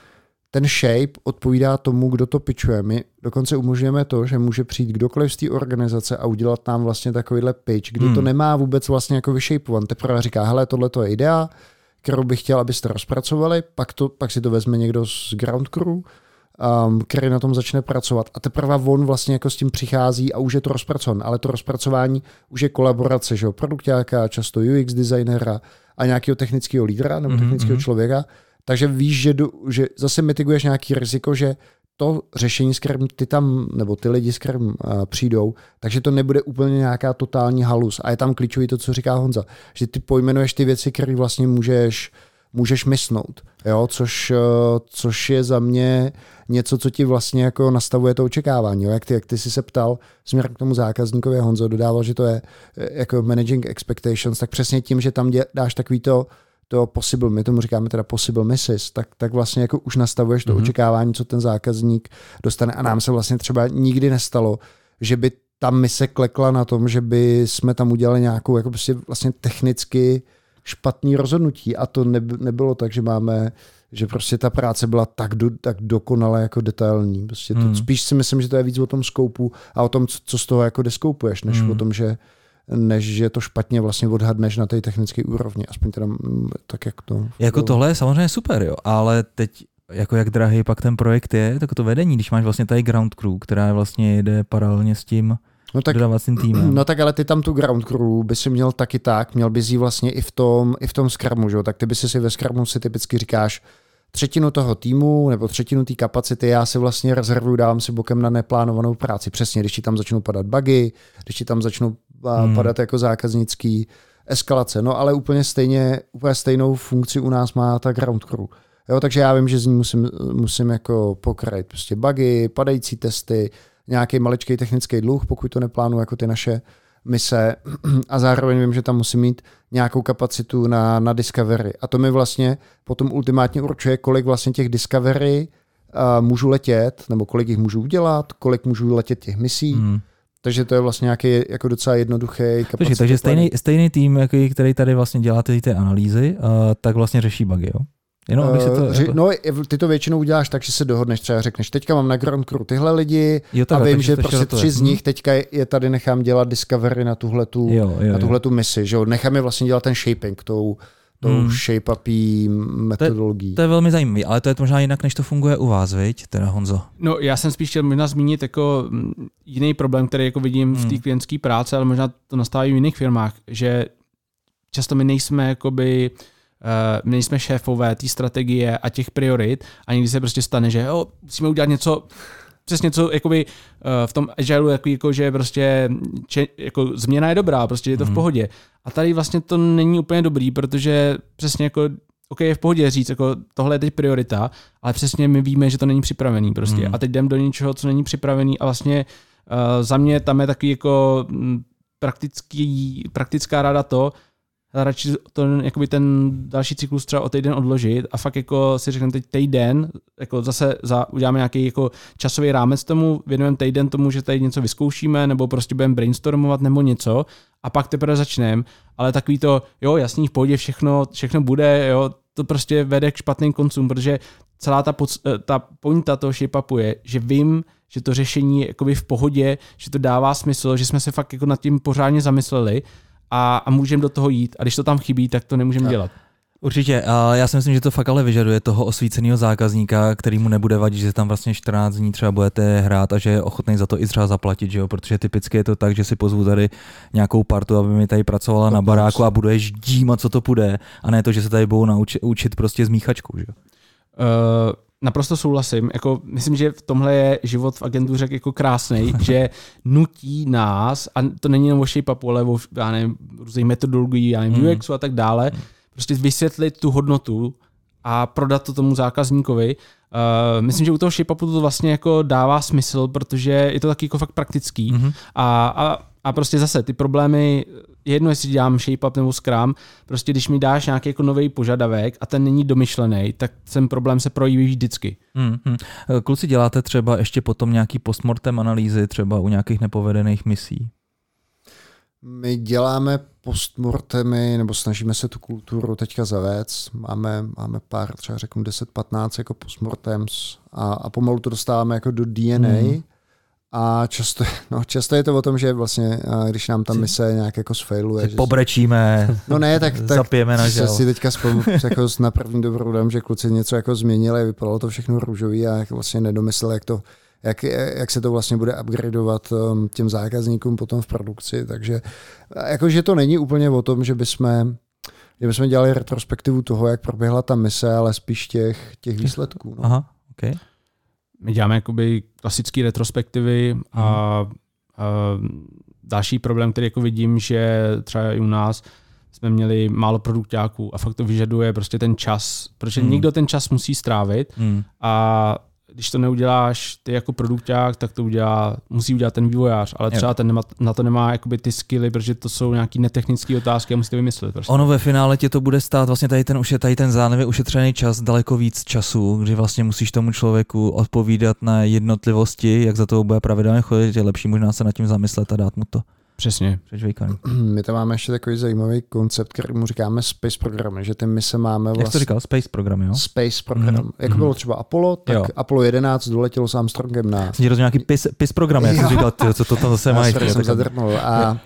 ten shape odpovídá tomu, kdo to pitchuje. My dokonce umožňujeme to, že může přijít kdokoliv z té organizace a udělat nám vlastně takovýhle pitch, kdy hmm. to nemá vůbec vlastně jako vyšapeovan. Teprve říká, hele, tohle to je idea, kterou bych chtěl, abyste rozpracovali, pak, to, pak si to vezme někdo z ground crew, Um, který na tom začne pracovat a teprve on vlastně jako s tím přichází a už je to rozpracované, ale to rozpracování už je kolaborace, že jo, produkťáka, často U X designera a nějakého technického lídra nebo technického mm-hmm. člověka, takže víš, že, do, že zase mitiguješ nějaký riziko, že to řešení, s kterým ty tam, nebo ty lidi, s kterým uh, přijdou, takže to nebude úplně nějaká totální halus a je tam klíčový to, co říká Honza, že ty pojmenuješ ty věci, které vlastně můžeš můžeš mysnout, jo? Což, což je za mě něco, co ti vlastně jako nastavuje to očekávání. Jo? Jak, ty, jak ty jsi se ptal směrem k tomu zákazníkovi, Honzo dodával, že to je jako managing expectations, tak přesně tím, že tam dě, dáš takový to, to possible, my tomu říkáme teda possible misses, tak, tak vlastně jako už nastavuješ to mm-hmm. očekávání, co ten zákazník dostane a nám se vlastně třeba nikdy nestalo, že by ta mise klekla na tom, že by jsme tam udělali nějakou jako prostě vlastně technicky špatný rozhodnutí a to nebylo tak, že máme, že prostě ta práce byla tak, do, tak dokonale jako detailní. Prostě to, hmm. Spíš si myslím, že to je víc o tom skoupu a o tom, co z toho jako deskoupuješ, než hmm. o tom, že než že to špatně vlastně odhadneš na té technické úrovni. Aspoň teda tak, jak to... Jako to... tohle je samozřejmě super, jo, ale teď jako jak drahý pak ten projekt je, tak to vedení, když máš vlastně tady ground crew, která vlastně jede paralelně s tím No tak, no tak ale ty tam tu ground crew by si měl taky tak, měl bys jí vlastně i v tom, i v tom Scrumu, že? Tak ty by si si ve Scrumu si typicky říkáš, třetinu toho týmu nebo třetinu té kapacity já si vlastně rezervuju, dávám si bokem na neplánovanou práci. Přesně, když ti tam začnou padat bugy, když ti tam začnou hmm. padat jako zákaznický eskalace. No ale úplně stejně, úplně stejnou funkci u nás má ta ground crew. Jo, takže já vím, že z ní musím, musím jako pokrajit prostě bugy, padající testy, nějaký maličký technický dluh, pokud to neplánuju jako ty naše mise, a zároveň vím, že tam musím mít nějakou kapacitu na, na discovery. A to mi vlastně potom ultimátně určuje, kolik vlastně těch discovery uh, můžu letět, nebo kolik jich můžu udělat, kolik můžu letět těch misí. Hmm. Takže to je vlastně nějaký jako docela jednoduchý kapacitní. Takže stejný, stejný tým, jaký, který tady vlastně dělá ty, ty analýzy, uh, tak vlastně řeší bugy, jo? Jenom, aby se to, uh, no, ty to většinou uděláš tak, že se dohodneš, třeba řekneš, teďka mám na ground crew tyhle lidi jo, tak, a vím, že prostě tři z nich teďka je tady nechám dělat discovery na tuhletu, jo, jo, na tuhletu misi, že jo, nechám je vlastně dělat ten shaping, tou, tou hmm. shape-upí metodologií. To je, to je velmi zajímavý, ale to je možná jinak, než to funguje u vás, viď, teda Honzo? No, já jsem spíš chtěl možná zmínit jako jiný problém, který jako vidím hmm. v té klientské práci, ale možná to nastává i v jiných firmách, že často my nejsme jakoby Uh, my nejsme šéfové té strategie a těch priorit a někdy se prostě stane, že jo, musíme udělat něco, přesně co jakoby, uh, v tom agileu, jako, jako, že prostě če, jako, změna je dobrá, prostě je to mm. v pohodě. A tady vlastně to není úplně dobrý, protože přesně jako, ok, je v pohodě říct, jako, tohle je teď priorita, ale přesně my víme, že to není připravený prostě. Mm. A teď jdem do něčeho, co není připravený a vlastně uh, za mě tam je takový jako praktický, praktická rada to, radši to, jakoby ten další cyklus třeba o týden odložit a fakt jako si řekneme teď týden, jako zase za, uděláme nějaký jako časový rámec tomu, věnujeme týden tomu, že tady něco vyzkoušíme nebo prostě budeme brainstormovat nebo něco a pak teprve začneme, ale takový to, jo, jasný, v pohodě všechno, všechno bude, jo, to prostě vede k špatným koncům, protože celá ta, pod, ta pointa toho shape-upu je, že vím, že to řešení je jakoby v pohodě, že to dává smysl, že jsme se fakt jako nad tím pořádně zamysleli a, a můžeme do toho jít. A když to tam chybí, tak to nemůžeme dělat. Určitě. A já si myslím, že to fakt ale vyžaduje toho osvíceného zákazníka, který mu nebude vadit, že tam vlastně čtrnáct dní třeba budete hrát a že je ochotný za to i třeba zaplatit, že jo? Protože typicky je to tak, že si pozvu tady nějakou partu, aby mi tady pracovala to na baráku a budeš dímat, co to půjde, a ne to, že se tady budou naučit učit prostě s míchačkou, že jo? Uh... Naprosto souhlasím. Jako, myslím, že v tomhle je život v agentuře jako krásnej, že nutí nás, a to není jenom o shape-upu, ale o různých metodologií, já nevím, U X u a tak dále, prostě vysvětlit tu hodnotu a prodat to tomu zákazníkovi. Uh, myslím, že u toho shape-upu to vlastně jako dává smysl, protože je to taky jako fakt praktický. Mm-hmm. A, a, a prostě zase ty problémy, jedno jestli dělám shape-up nebo Scrum, prostě když mi dáš nějaký jako nový požadavek a ten není domyšlený, tak ten problém se projeví vždycky. Mm-hmm. Kluci, děláte třeba ještě potom nějaký postmortem analýzy třeba u nějakých nepovedených misí? My děláme postmortemy, nebo snažíme se tu kulturu teďka zavést. Máme, máme pár, třeba řeknu deset patnáct jako postmortems a, a pomalu to dostáváme jako do D N A. Mm. A často, no, často je to o tom, že vlastně, když nám ta mise nějak jako sfailuje. Že pobrečíme, no ne, tak, tak zapijeme na žel. Si teďka vzpomínám jako na první dobrou dám, že kluci něco jako změnili, vypadalo to všechno růžový a vlastně nedomyslel, jak to Jak, jak se to vlastně bude upgradeovat těm zákazníkům potom v produkci. Takže jakože to není úplně o tom, že bychom, že bychom dělali retrospektivu toho, jak proběhla ta mise, ale spíš těch, těch výsledků. No. Aha, okay. My děláme jakoby klasické retrospektivy a, a další problém, který jako vidím, že třeba i u nás jsme měli málo produkťáků a fakt to vyžaduje prostě ten čas, protože hmm. někdo ten čas musí strávit hmm. a když to neuděláš ty jako produkťák, tak to udělá, musí udělat ten vývojář, ale třeba ten nemá, na to nemá jakoby ty skilly, protože to jsou nějaký netechnické otázky a musíte vymyslet. Prostě. Ono ve finále tě to bude stát vlastně tady ten, tady ten zánevě ušetřený čas daleko víc času, kdy vlastně musíš tomu člověku odpovídat na jednotlivosti, jak za to bude pravidelně chodit, je lepší možná se nad tím zamyslet a dát mu to. Přesně. My tam máme ještě takový zajímavý koncept, který mu říkáme Space programy, že ty mise máme vlastně... Jak to říkal? Space programy, jo? Space program. Mm-hmm. Jako bylo třeba Apollo, tak jo. Apollo jedenáct doletělo s Armstrongem na... Jsem ti rozuměl nějaký pis, pis programy, jak jsem říkal, tyjo, co to tam zase mají. Já jsem zadrnul. A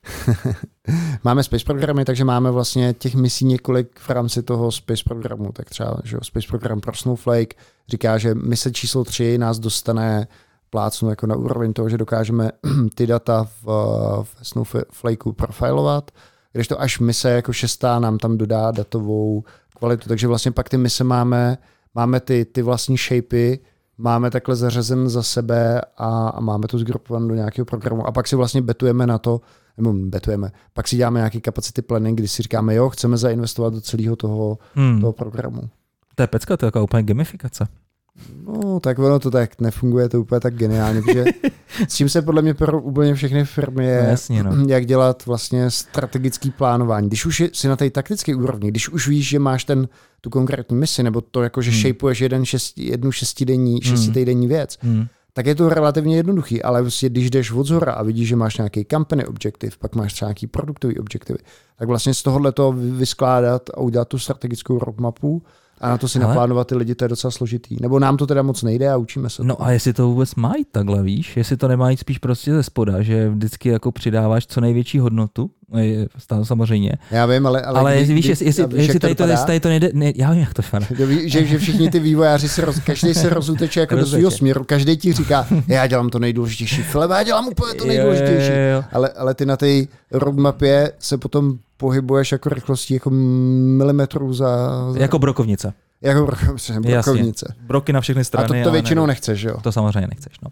máme Space programy, takže máme vlastně těch misí několik v rámci toho Space programu. Tak třeba že Space program pro Snowflake říká, že mise číslo tři nás dostane plácnu jako na úroveň toho, že dokážeme ty data v, v Snowflakeu profilovat, když to až mise jako šestá nám tam dodá datovou kvalitu. Takže vlastně pak ty mise máme, máme ty, ty vlastní shapey, máme takhle zařazen za sebe a, a máme to zgrupované do nějakého programu a pak si vlastně betujeme na to, nebo betujeme, pak si děláme nějaký capacity planning, kdy si říkáme, jo, chceme zainvestovat do celého toho, hmm. toho programu. To je pecka, to je jako úplně gamifikace. No, tak ono to tak nefunguje, to úplně tak geniálně, protože s čím se podle mě pro úplně všechny firmy je, no, jasně, no. jak dělat vlastně strategický plánování. Když už si na té taktické úrovni, když už víš, že máš ten, tu konkrétní misi, nebo to jako, že hmm. shapeuješ jeden šest, jednu šestidenní, šestitýdenní věc, hmm. tak je to relativně jednoduchý, ale vlastně, když jdeš od zhora a vidíš, že máš nějaký company objective, pak máš třeba nějaký produktový objektivy, tak vlastně z tohohle toho vyskládat a udělat tu strategickou roadmapu a na to si ale... naplánovat ty lidi, to je docela složitý. Nebo nám to teda moc nejde a učíme se. No to. A jestli to vůbec mají takhle, víš? Jestli to nemají spíš prostě ze spoda, že vždycky jako přidáváš co největší hodnotu, samozřejmě. Já vím, ale... Ale, ale kdy, víš, jestli, jestli, víš, jestli tady, to, tady to nejde... Ne, já vím, jak to fane. Že, že všichni ty vývojáři, se roz, každý se rozuteče jako do svého směru, každý ti říká, já dělám to nejdůležitější, Filip, já dělám úplně to nejdůležitější. Jo, jo, jo. Ale, ale ty na té roadmapě se potom pohybuješ jako rychlostí jako milimetrů za... za... Jako brokovnice. Jako brokovnice. brokovnice. Broky na všechny strany. A to, to většinou ne... nechceš, jo? To samozřejmě nechceš, no.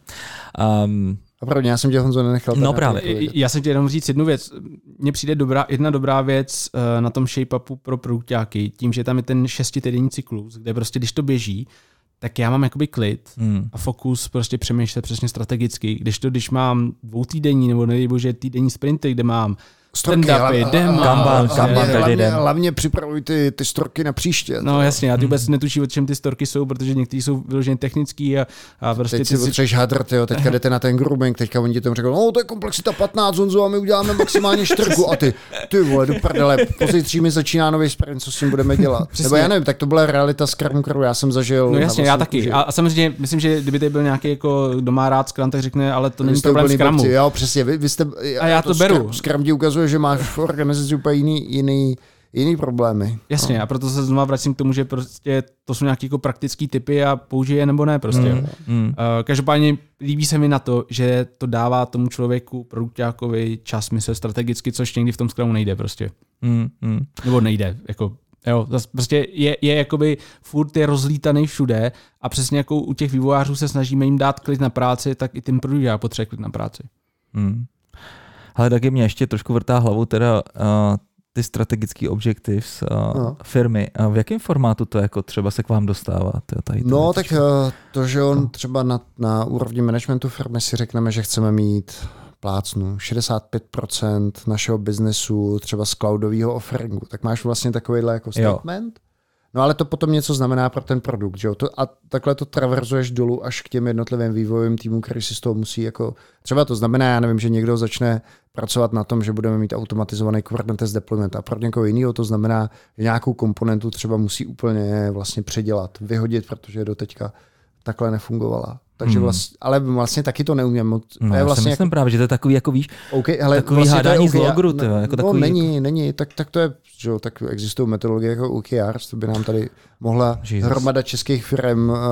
Um, Opravdu, já jsem tě, Honzo, nenechal. No právě. Já jsem tě jenom říct jednu věc. Mně přijde dobrá, jedna dobrá věc uh, na tom shape-upu pro produkťáky, tím, že tam je ten šestitýdenní cyklus, kde prostě, když to běží, tak já mám jakoby klid hmm. a fokus prostě přemýšlet přesně strategicky. Když to, když mám dvoutýdenní nebo nedej bože týdenní sprinty, kde mám stand-upy, demo. Kanban, kanban každý den. Hlavně připravuj ty, ty storky na příště. No to. Jasně, já ty vůbec netuší, o čem ty storky jsou, protože některý jsou vyloženě technický a, a prostě... Teď si potřebuješ hadr, jo, teďka jdete na ten grooming, teďka oni ti tam řeknou, no to je komplexita patnáct, Honzo, a my uděláme maximálně čtyřku a ty, ty vole, do prdele, pozítří mi začíná nový sprint, co s tím budeme dělat. Přesně. Nebo já nevím, tak to byla realita Scrum, kterou já jsem zažil. No jasně, já taky. A, a samozřejmě myslím, že kdyby tady byl nějaký jako kdo má rád Scrum, tak řekne, ale to není problém Scrumu. Jo, přesně, vy, vy jste, a já to beru. Scrum ti ukazuje, že máš v organizaci úplně jiný, jiný, jiný problémy. Jasně, no. A proto se znovu vracím k tomu, že prostě to jsou nějaké jako praktické typy a použije je nebo ne prostě. Mm, mm. Uh, každopádně líbí se mi na to, že to dává tomu člověku, produkťákovi čas myslet strategicky, což někdy v tom Scrumu nejde prostě. Mm, mm. Nebo nejde, jako jo, prostě je, je jakoby furt je rozlítaný všude a přesně jako u těch vývojářů se snažíme jim dát klid na práci, tak i tím produkťák potřebuje klid na práci. Mm. Ale taky mě ještě trošku vrtá hlavu teda uh, ty strategické objectives uh, no. firmy. A v jakém formátu to jako třeba se k vám dostává? Tady no tak uh, to, že on no. třeba na, na úrovni managementu firmy si řekneme, že chceme mít plácnu šedesát pět procent našeho biznesu třeba z cloudového offeringu, tak máš vlastně takovýhle jako statement. Jo. No ale to potom něco znamená pro ten produkt, že jo? To, a takhle to traverzuješ dolů až k těm jednotlivým vývojovým týmům, který si z toho musí jako... Třeba to znamená, já nevím, že někdo začne pracovat na tom, že budeme mít automatizovaný Kubernetes deployment a pro někoho jiného to znamená, že nějakou komponentu třeba musí úplně vlastně předělat, vyhodit, protože do teďka takhle nefungovala. Takže vlastně, ale vlastně taky to neumím moc. No, já vlastně myslím jako, právě, že to je takový, jako víš, okay, hele, takový vlastně hádání to je z logru. No, jako takový, no není, jako... není, tak, tak to je, že jo, tak existují metodologie jako O K Rs, to by nám tady mohla Jesus. hromada českých firm uh,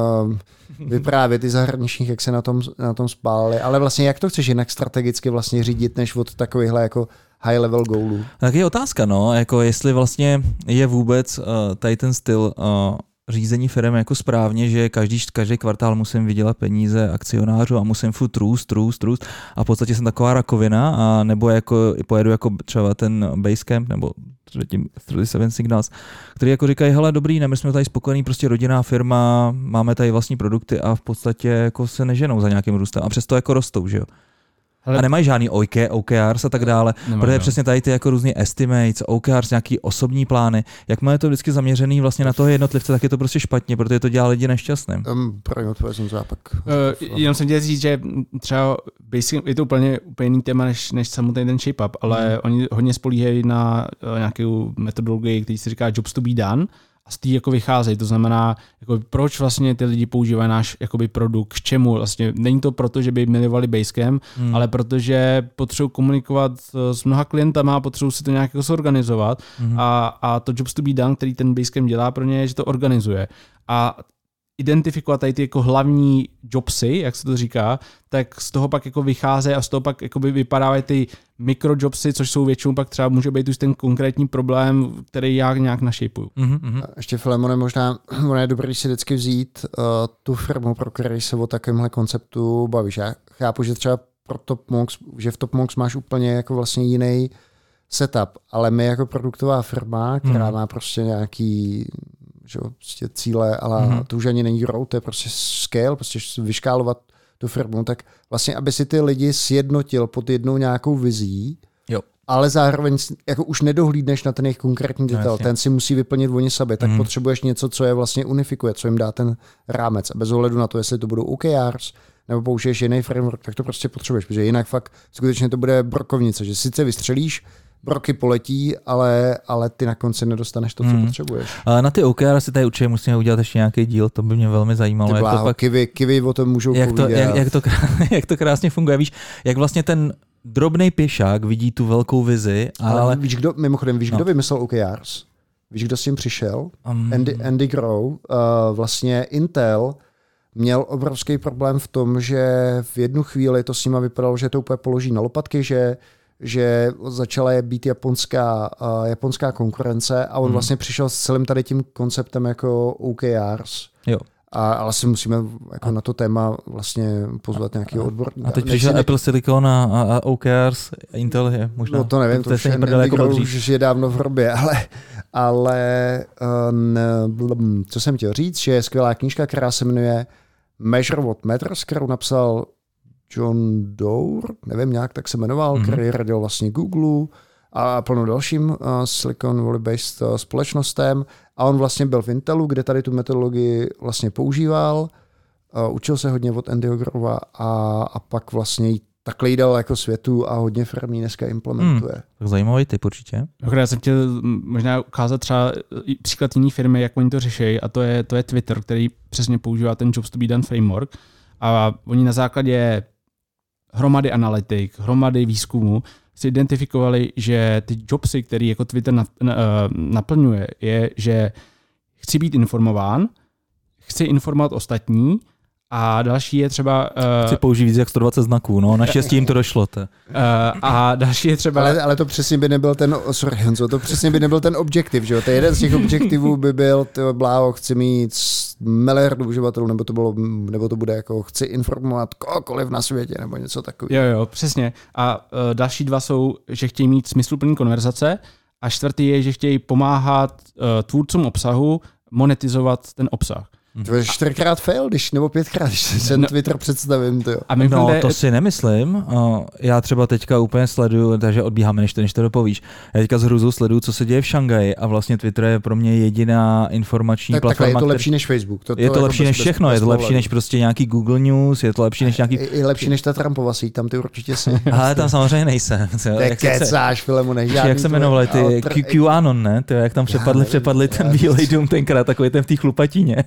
vyprávět i zahraničních, jak se na tom, na tom spálili. Ale vlastně jak to chceš jinak strategicky vlastně řídit, než od takovýchhle jako high level goalů? Tak je otázka, no, jako jestli vlastně je vůbec uh, tady ten styl uh, řízení firem jako správně, že každý, každý kvartál musím vydělat peníze akcionářů a musím furt růst, růst, růst a v podstatě jsem taková rakovina a nebo jako pojedu jako třeba ten Basecamp nebo třetím třicet sedm Signals, který jako říkají, hele dobrý, ne, my jsme tady spokojení, prostě rodinná firma, máme tady vlastní produkty a v podstatě jako se neženou za nějakým růstem a přesto jako rostou, že jo. Hele, a nemají žádný O K Rs a tak dále, nemaj, protože no. přesně tady ty jako různý estimates, O K Rs, nějaký osobní plány, jakmile je to vždycky zaměřený vlastně na toho jednotlivce, tak je to prostě špatně, protože to dělá lidi nešťastným. Um, Pravím, to jsem zápak. Uh, jenom jsem chtěl říct, že třeba basic, je to úplně, úplně jiný téma než, než samotný ten shape-up, ale hmm. oni hodně spolíhají na uh, nějakou metodologii, který se říká jobs to be done, a z té jako vycházejí, to znamená, jako proč vlastně ty lidi používají náš jakoby produkt, k čemu vlastně. Není to proto, že by milovali Basecamp, hmm. ale protože potřebují komunikovat s mnoha klientama a potřebují si to nějak jako zorganizovat hmm. a, a to jobs to be done, který ten Basecamp dělá pro ně, je, že to organizuje. A identifikovat tady ty jako hlavní jobsy, jak se to říká, tak z toho pak jako vychází a z toho pak jako vypadávají ty mikrojobsy, což jsou většinou pak třeba může být už ten konkrétní problém, který já nějak našejpuju. Mm-hmm. Ještě Filemone, možná ono je dobrý si vždycky vzít uh, tu firmu, pro který se o takovémhle konceptu bavíš. Já chápu, že třeba pro TopMox, že v TopMox máš úplně jako vlastně jiný setup, ale my jako produktová firma, která mm. má prostě nějaký že, prostě cíle, ale mm. to už ani není growth, to je prostě scale, prostě vyškálovat tu firmu, tak vlastně, aby si ty lidi sjednotil pod jednou nějakou vizí, jo. ale zároveň jako už nedohlídneš na ten jejich konkrétní detail, no, ten si musí vyplnit oni sebe, tak mm. potřebuješ něco, co je vlastně unifikuje, co jim dá ten rámec. A bez ohledu na to, jestli to budou O K Rs, nebo použiješ jiný framework, tak to prostě potřebuješ, protože jinak fakt skutečně to bude brokovnice, že sice vystřelíš, broky poletí, ale, ale ty na konci nedostaneš to, co mm. potřebuješ. Ale na ty O K R si tady určitě musíme udělat ještě nějaký díl, to by mě velmi zajímalo. Ty bláho, jak to pak, Kiwi, Kiwi o tom můžou jak to, jak, jak, to, jak to krásně funguje, víš, jak vlastně ten drobnej pěšák vidí tu velkou vizi. Ale, ale víš, kdo, mimochodem, víš, no. kdo vymyslel O K Rs? Víš, kdo s tím přišel? Um. Andy, Andy Grove. Uh, vlastně Intel měl obrovský problém v tom, že v jednu chvíli to s nima vypadalo, že to úplně položí na lopatky, že že začala je být japonská, uh, japonská konkurence a on hmm. vlastně přišel s celým tady tím konceptem jako O K Rs. Jo. A, ale si musíme jako a, na to téma vlastně pozvat nějakého odborníka. A teď přišel Apple Silicon a, a O K Rs, Intel je možná... No to nevím, to, to, to je jako už je dávno v hrobě, ale, ale uh, ne, co jsem chtěl říct, že je skvělá knížka, která se jmenuje Measure What Matters, kterou napsal John Doerr, nevím nějak, tak se jmenoval, mm-hmm. který radil vlastně Google a plno dalším uh, Silicon Valley-based uh, společnostem a on vlastně byl v Intelu, kde tady tu metodologii vlastně používal, uh, učil se hodně od Andyho Grovea a, a pak vlastně ji takhle jí dal jako světu a hodně firm dneska implementuje. Hmm, tak zajímavý typ určitě. Já jsem chtěl možná ukázat třeba příklad jiný firmy, jak oni to řeší a to je, to je Twitter, který přesně používá ten Jobs to be done framework a oni na základě hromady analytik, hromady výzkumu si identifikovali, že ty jobsy, který jako Twitter na, na, naplňuje, je, že chci být informován, chci informovat ostatní a další je třeba... Uh, chci použít víc jak sto dvacet znaků, no, naštěstí jim to došlo. To. Uh, a další je třeba... Ale, ale to přesně by nebyl ten, sorry, Honzo, to přesně by nebyl ten objektiv, že jo? To jeden z těch objektivů by byl, tyjo, bláho, chci mít miliardu uživatelů, nebo to, bylo, nebo to bude jako chci informovat kohokoliv na světě, nebo něco takového. Jo, jo, přesně. A uh, další dva jsou, že chtějí mít smysluplný konverzace a čtvrtý je, že chtějí pomáhat uh, tvůrcům obsahu monetizovat ten obsah. To je čtyřikrát fail, když, nebo pětkrát, když se no, Twitter představím. Tyjo. A no, jde... to si nemyslím. Já třeba teďka úplně sleduju, takže odbíháme, než to, než to dopovíš. Já teďka z hruzu sleduju, co se děje v Šanghaji a vlastně Twitter je pro mě jediná informační tak, platforma. Tak je to lepší než Facebook. To, to je to lepší než všechno, bez, bez je to lepší než prostě nějaký Google News, je to lepší než nějaký... Je lepší než ta Trumpova síť, tam ty určitě si. Ale tam samozřejmě nejsem. Tak kecáš, Filemone, žádný. Jak se jmenovali ty QAnon, ne? Ty, jak tam přepadli, přepadli ten Bílej dům tenkrát, takový ten v té chlupatině.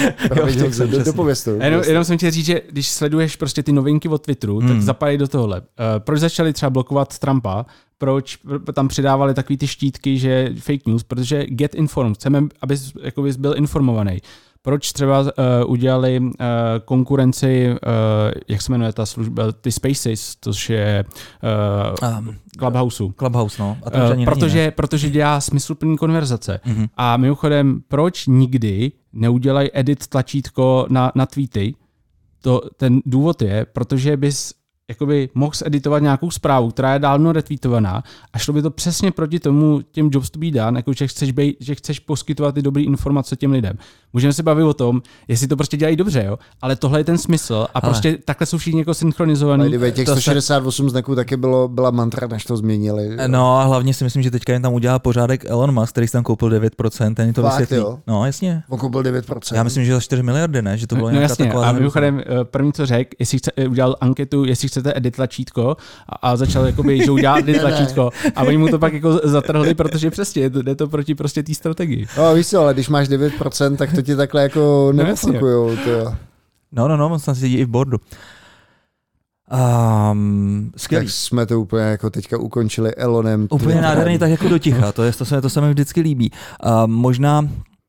Jenom, jenom jsem chtěl říct, že když sleduješ prostě ty novinky od Twitteru, hmm. tak zapadají do tohohle. Uh, proč začali třeba blokovat Trumpa? Proč tam přidávali takový ty štítky, že fake news? Protože get informed. Chceme, abys jakoby byl informovaný. Proč třeba uh, udělali uh, konkurenci, uh, jak se jmenuje ta služba, ty Spaces, což je uh, um, Clubhouseu. Clubhouse, no. A to uh, protože, není, protože dělá smysluplný konverzace. Mm-hmm. A mimochodem, proč nikdy neudělají edit tlačítko na, na tweety? To, ten důvod je, protože bys jakoby mohl editovat nějakou zprávu, která je dávno retweetovaná a šlo by to přesně proti tomu těm jobs to be done, jako že chceš, bej, že chceš poskytovat ty dobré informace těm lidem. Můžeme se bavit o tom, jestli to prostě dělají dobře, jo? Ale tohle je ten smysl a ale. Prostě takhle jsou všichni jako synchronizovaní. Ale kdyby těch sto šedesát osm se... znaků taky bylo, byla mantra, než to změnili. Jo? No a hlavně si myslím, že teďka jen tam udělá pořádek Elon Musk, který si tam koupil devět procent, ten to Fakt, vysvětlí. Jo? No jasně. On koupil devět procent. Já myslím, že za čtyři miliardy, ne? Že to bylo no, nějaká jasně. taková. A mimochodem první co řekl, jestli chce, udělal anketu, jestli chcete edit tlačítko a, a začal jakoby, že udělá edit tlačítko a oni mu to pak jako zatrhli, protože přesně jde to proti prostě té strategii. No víš co, ale když máš devět procent, tak to ti takhle jako nepofakujou. No, no, no, on se sedí i v boardu. Um, tak jsme to úplně jako teďka ukončili Elonem. Úplně nádherný, tak jako do ticha, to, je, to, se, to se mi vždycky líbí. Uh, možná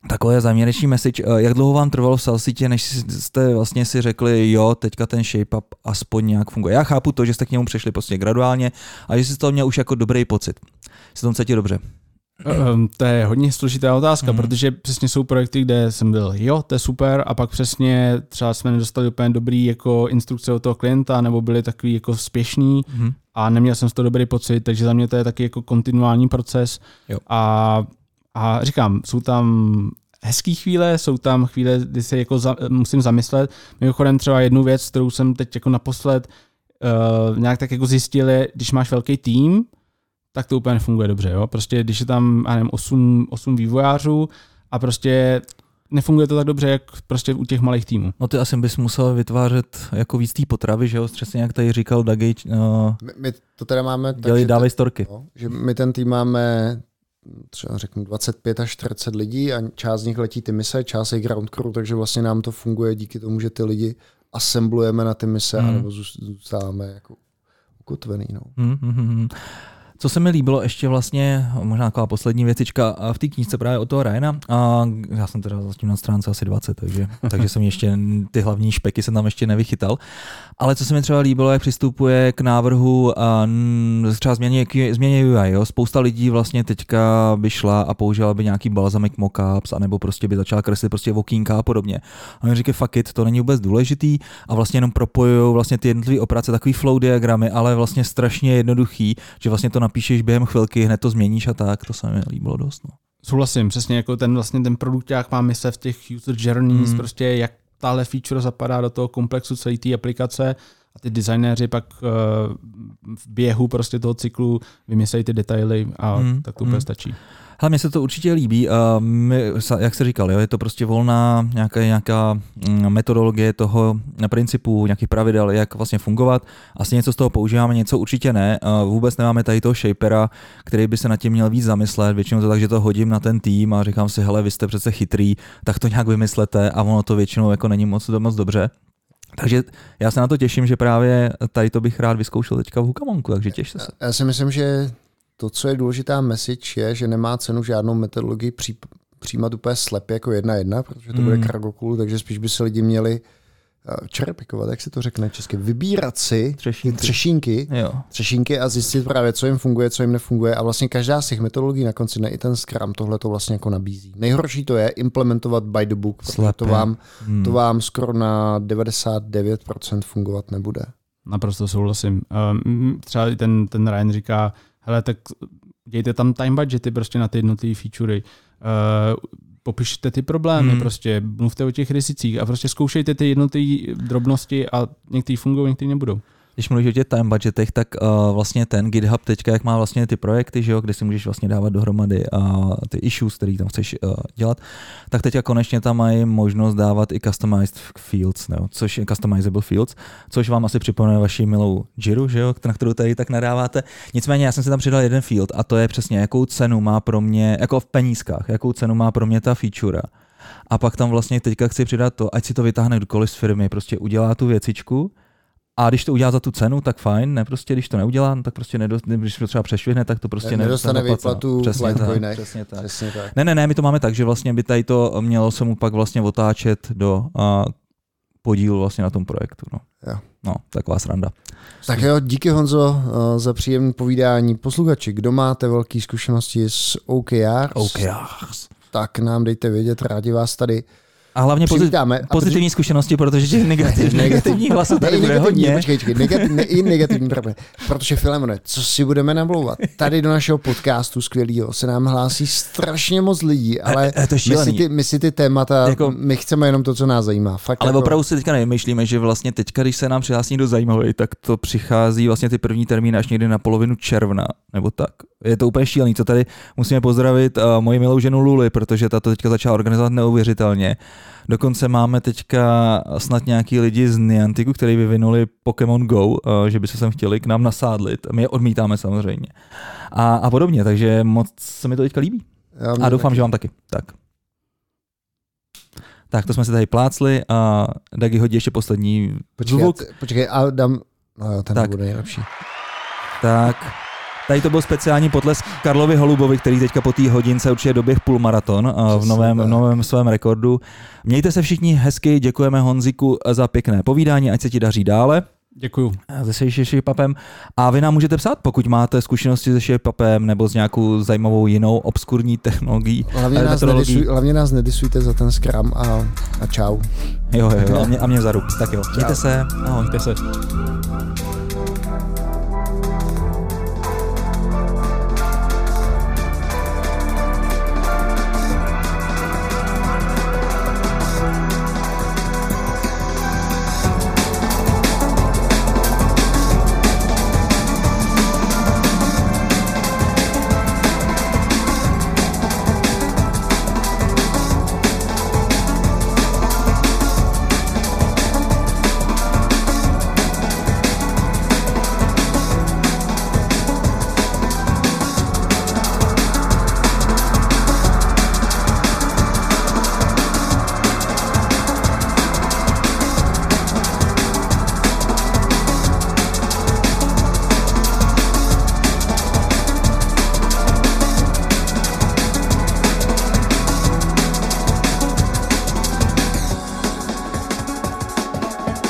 Takové závěrečný message. Jak dlouho vám trvalo v SalesItě, než jste vlastně si řekli, jo, teďka ten ShapeUp aspoň nějak funguje. Já chápu to, že jste k němu přešli prostě graduálně a že jste to měl už jako dobrý pocit. Jste to cítil dobře? Um, to je hodně složitá otázka, mm. protože přesně jsou projekty, kde jsem byl, jo, to je super, a pak přesně třeba jsme nedostali úplně dobrý jako instrukce od toho klienta, nebo byli takový jako spěšný mm. a neměl jsem z toho dobrý pocit, takže za mě to je taky jako kontinuální proces. Jo. A, a říkám, jsou tam hezký chvíle, jsou tam chvíle, kdy se jako za, musím zamyslet. Mimochodem třeba jednu věc, kterou jsem teď jako naposled uh, nějak tak jako zjistil, je, když máš velký tým, tak to úplně nefunguje dobře. Jo? Prostě když je tam, já nevím, osm, osm vývojářů a prostě nefunguje to tak dobře, jak prostě u těch malých týmů. No ty asi bys musel vytvářet jako víc té potravy, že jo? Přesně jak tady říkal Dagi. Uh, my, my to teda máme dělej, tak, dávej storky. No, že my ten tým máme třeba řeknu dvacet pět až čtyřicet lidí a část z nich letí ty mise, část je ground crew, takže vlastně nám to funguje díky tomu, že ty lidi assemblujeme na ty mise, hmm. anebo zůstáváme jako ukotvený. No. Hmm, hmm, hmm. Co se mi líbilo ještě vlastně, možná taková poslední věcička, v té knížce právě od toho Ryana, a já jsem teda zatím na stránce asi dvacet, takže, takže jsem ještě ty hlavní špeky jsem tam ještě nevychytal, ale co se mi třeba líbilo, jak přistupuje k návrhu a třeba změně, změně U I, jo? Spousta lidí vlastně teďka by šla a použila by nějaký balsamic mockups, anebo prostě by začala kreslit prostě okýnka a podobně. A oni říkají, fuck it, to není vůbec důležitý a vlastně jenom propojují vlastně ty jednotlivé operace, takový flow diagramy, ale vlastně strašně jednoduchý, že vlastně to napíšeš během chvilky, hned to změníš a tak, to se mi líbilo dost. No. Souhlasím, přesně jako ten vlastně ten produkták má mise v těch user journeys, hmm. prostě jak tahle feature zapadá do toho komplexu celé té aplikace a ty designéři pak uh, v běhu prostě toho cyklu vymyslejí ty detaily a hmm. tak to úplně hmm. stačí. Hele, mně se to určitě líbí. My, jak jsi říkal, jo, je to prostě volná nějaká, nějaká metodologie toho principu, nějakých pravidel, jak vlastně fungovat. Asi něco z toho používáme, něco určitě ne. Vůbec nemáme tady toho shapera, který by se nad tím měl víc zamyslet. Většinou to tak, že to hodím na ten tým a říkám si, hele, vy jste přece chytrý, tak to nějak vymyslete a ono to většinou jako není moc, moc dobře. Takže já se na to těším, že právě tady to bych rád vyzkoušel teďka v Hukamonku, takže těšte se. Já si myslím, že to, co je důležitá message, je, že nemá cenu žádnou metodologii při, přijímat úplně slepě jako jedna jedna, protože to mm. bude cargo cool, takže spíš by se lidi měli čerepikovat, jak se to řekne česky, vybírat si třešínky, třešínky, třešínky a zjistit právě, co jim funguje, co jim nefunguje a vlastně každá z těch metodologií na konci, ne i ten Scrum, tohle to vlastně jako nabízí. Nejhorší to je implementovat by the book, protože to vám, hmm. to vám skoro na devadesát devět procent fungovat nebude. Naprosto souhlasím. Um, třeba ten, ten Ryan říká, hele, tak dějte tam time budgety prostě na ty jednotlivé featurey. Uh, popište ty problémy, hmm. prostě mluvte o těch rizicích a prostě zkoušejte ty jednotlivé drobnosti a některý fungují, některý nebudou. Když mluvíš o těch time budgetech, tak uh, vlastně ten GitHub teďka, jak má vlastně ty projekty, že jo, kde si můžeš vlastně dávat dohromady uh, ty issues, který tam chceš uh, dělat, tak teďka konečně tam mají možnost dávat i customized fields, no, což je customizable fields, což vám asi připomene vaši milou Jiru, že jo, na kterou tady tak nadáváte. Nicméně já jsem si tam přidal jeden field a to je přesně, jakou cenu má pro mě, jako v penízkách, jakou cenu má pro mě ta feature. A pak tam vlastně teďka chci přidat to, ať si to vytáhne kdokoliv z firmy, prostě udělá tu věcičku. A když to udělá za tu cenu, tak fajn, ne, prostě když to neudělá, tak prostě nedost, když to třeba přešvihne, tak to prostě ne, nedostane výplatu v Litecoinech. Přesně tak. Přesně tak. Ne, ne, ne, my to máme tak, že vlastně by tady to mělo se mu pak vlastně otáčet do uh, podílu vlastně na tom projektu. No, jo. No taková sranda. Tak jo, díky Honzo uh, za příjemné povídání. Posluchači, kdo máte velké zkušenosti s O K Rs, O K Rs, tak nám dejte vědět, rádi vás tady a hlavně pozitivní, pozitivní zkušenosti, protože těch negativních, negativních hlasů tady bude hodně. Počkej, počkej, negativní, i negativní problém. Protože Filemone, co si budeme namlouvat? Tady do našeho podcastu skvělýho se nám hlásí strašně moc lidí, ale a, a to my, si ty, my si ty témata, jako, my chceme jenom to, co nás zajímá. Fakt ale jako... opravdu si teďka nevymýšlíme, že vlastně teďka, když se nám přihlásí do zajímavý, tak to přichází vlastně ty první termíny až někdy na polovinu června, nebo tak. Je to úplně šílený, co tady musíme pozdravit uh, moji milou ženu Luli, protože ta to teďka začala organizovat neuvěřitelně. Dokonce máme teďka snad nějaký lidi z Nianticu, kteří vyvinuli Pokémon Go, že by se sem chtěli k nám nasádlit. My je odmítáme samozřejmě. A, a podobně, takže moc se mi to teďka líbí. A doufám, taky. Že vám taky. Tak. Tak, to jsme se tady plácli a Dagi hodí ještě poslední počkej, zvuk. Počkej, a dám... No jo, ten tak. Bude nejlepší. Tak. Tady to byl speciální potlesk Karlovi Holubovi, který teďka po té hodince určitě doběh půlmaraton v novém, v novém svém rekordu. Mějte se všichni hezky, děkujeme Honziku za pěkné povídání, ať se ti daří dále. Děkuju. Se ShapeUpem. A vy nám můžete psát, pokud máte zkušenosti se ShapeUpem nebo s nějakou zajímavou jinou obskurní technologií. Hlavně nás, nedisuj, hlavně nás nedisujte za ten Scrum a, a čau. Jo, jo, jo, a mě, a mě za rub. Tak jo, mějte se. Ahoj. Mějte se.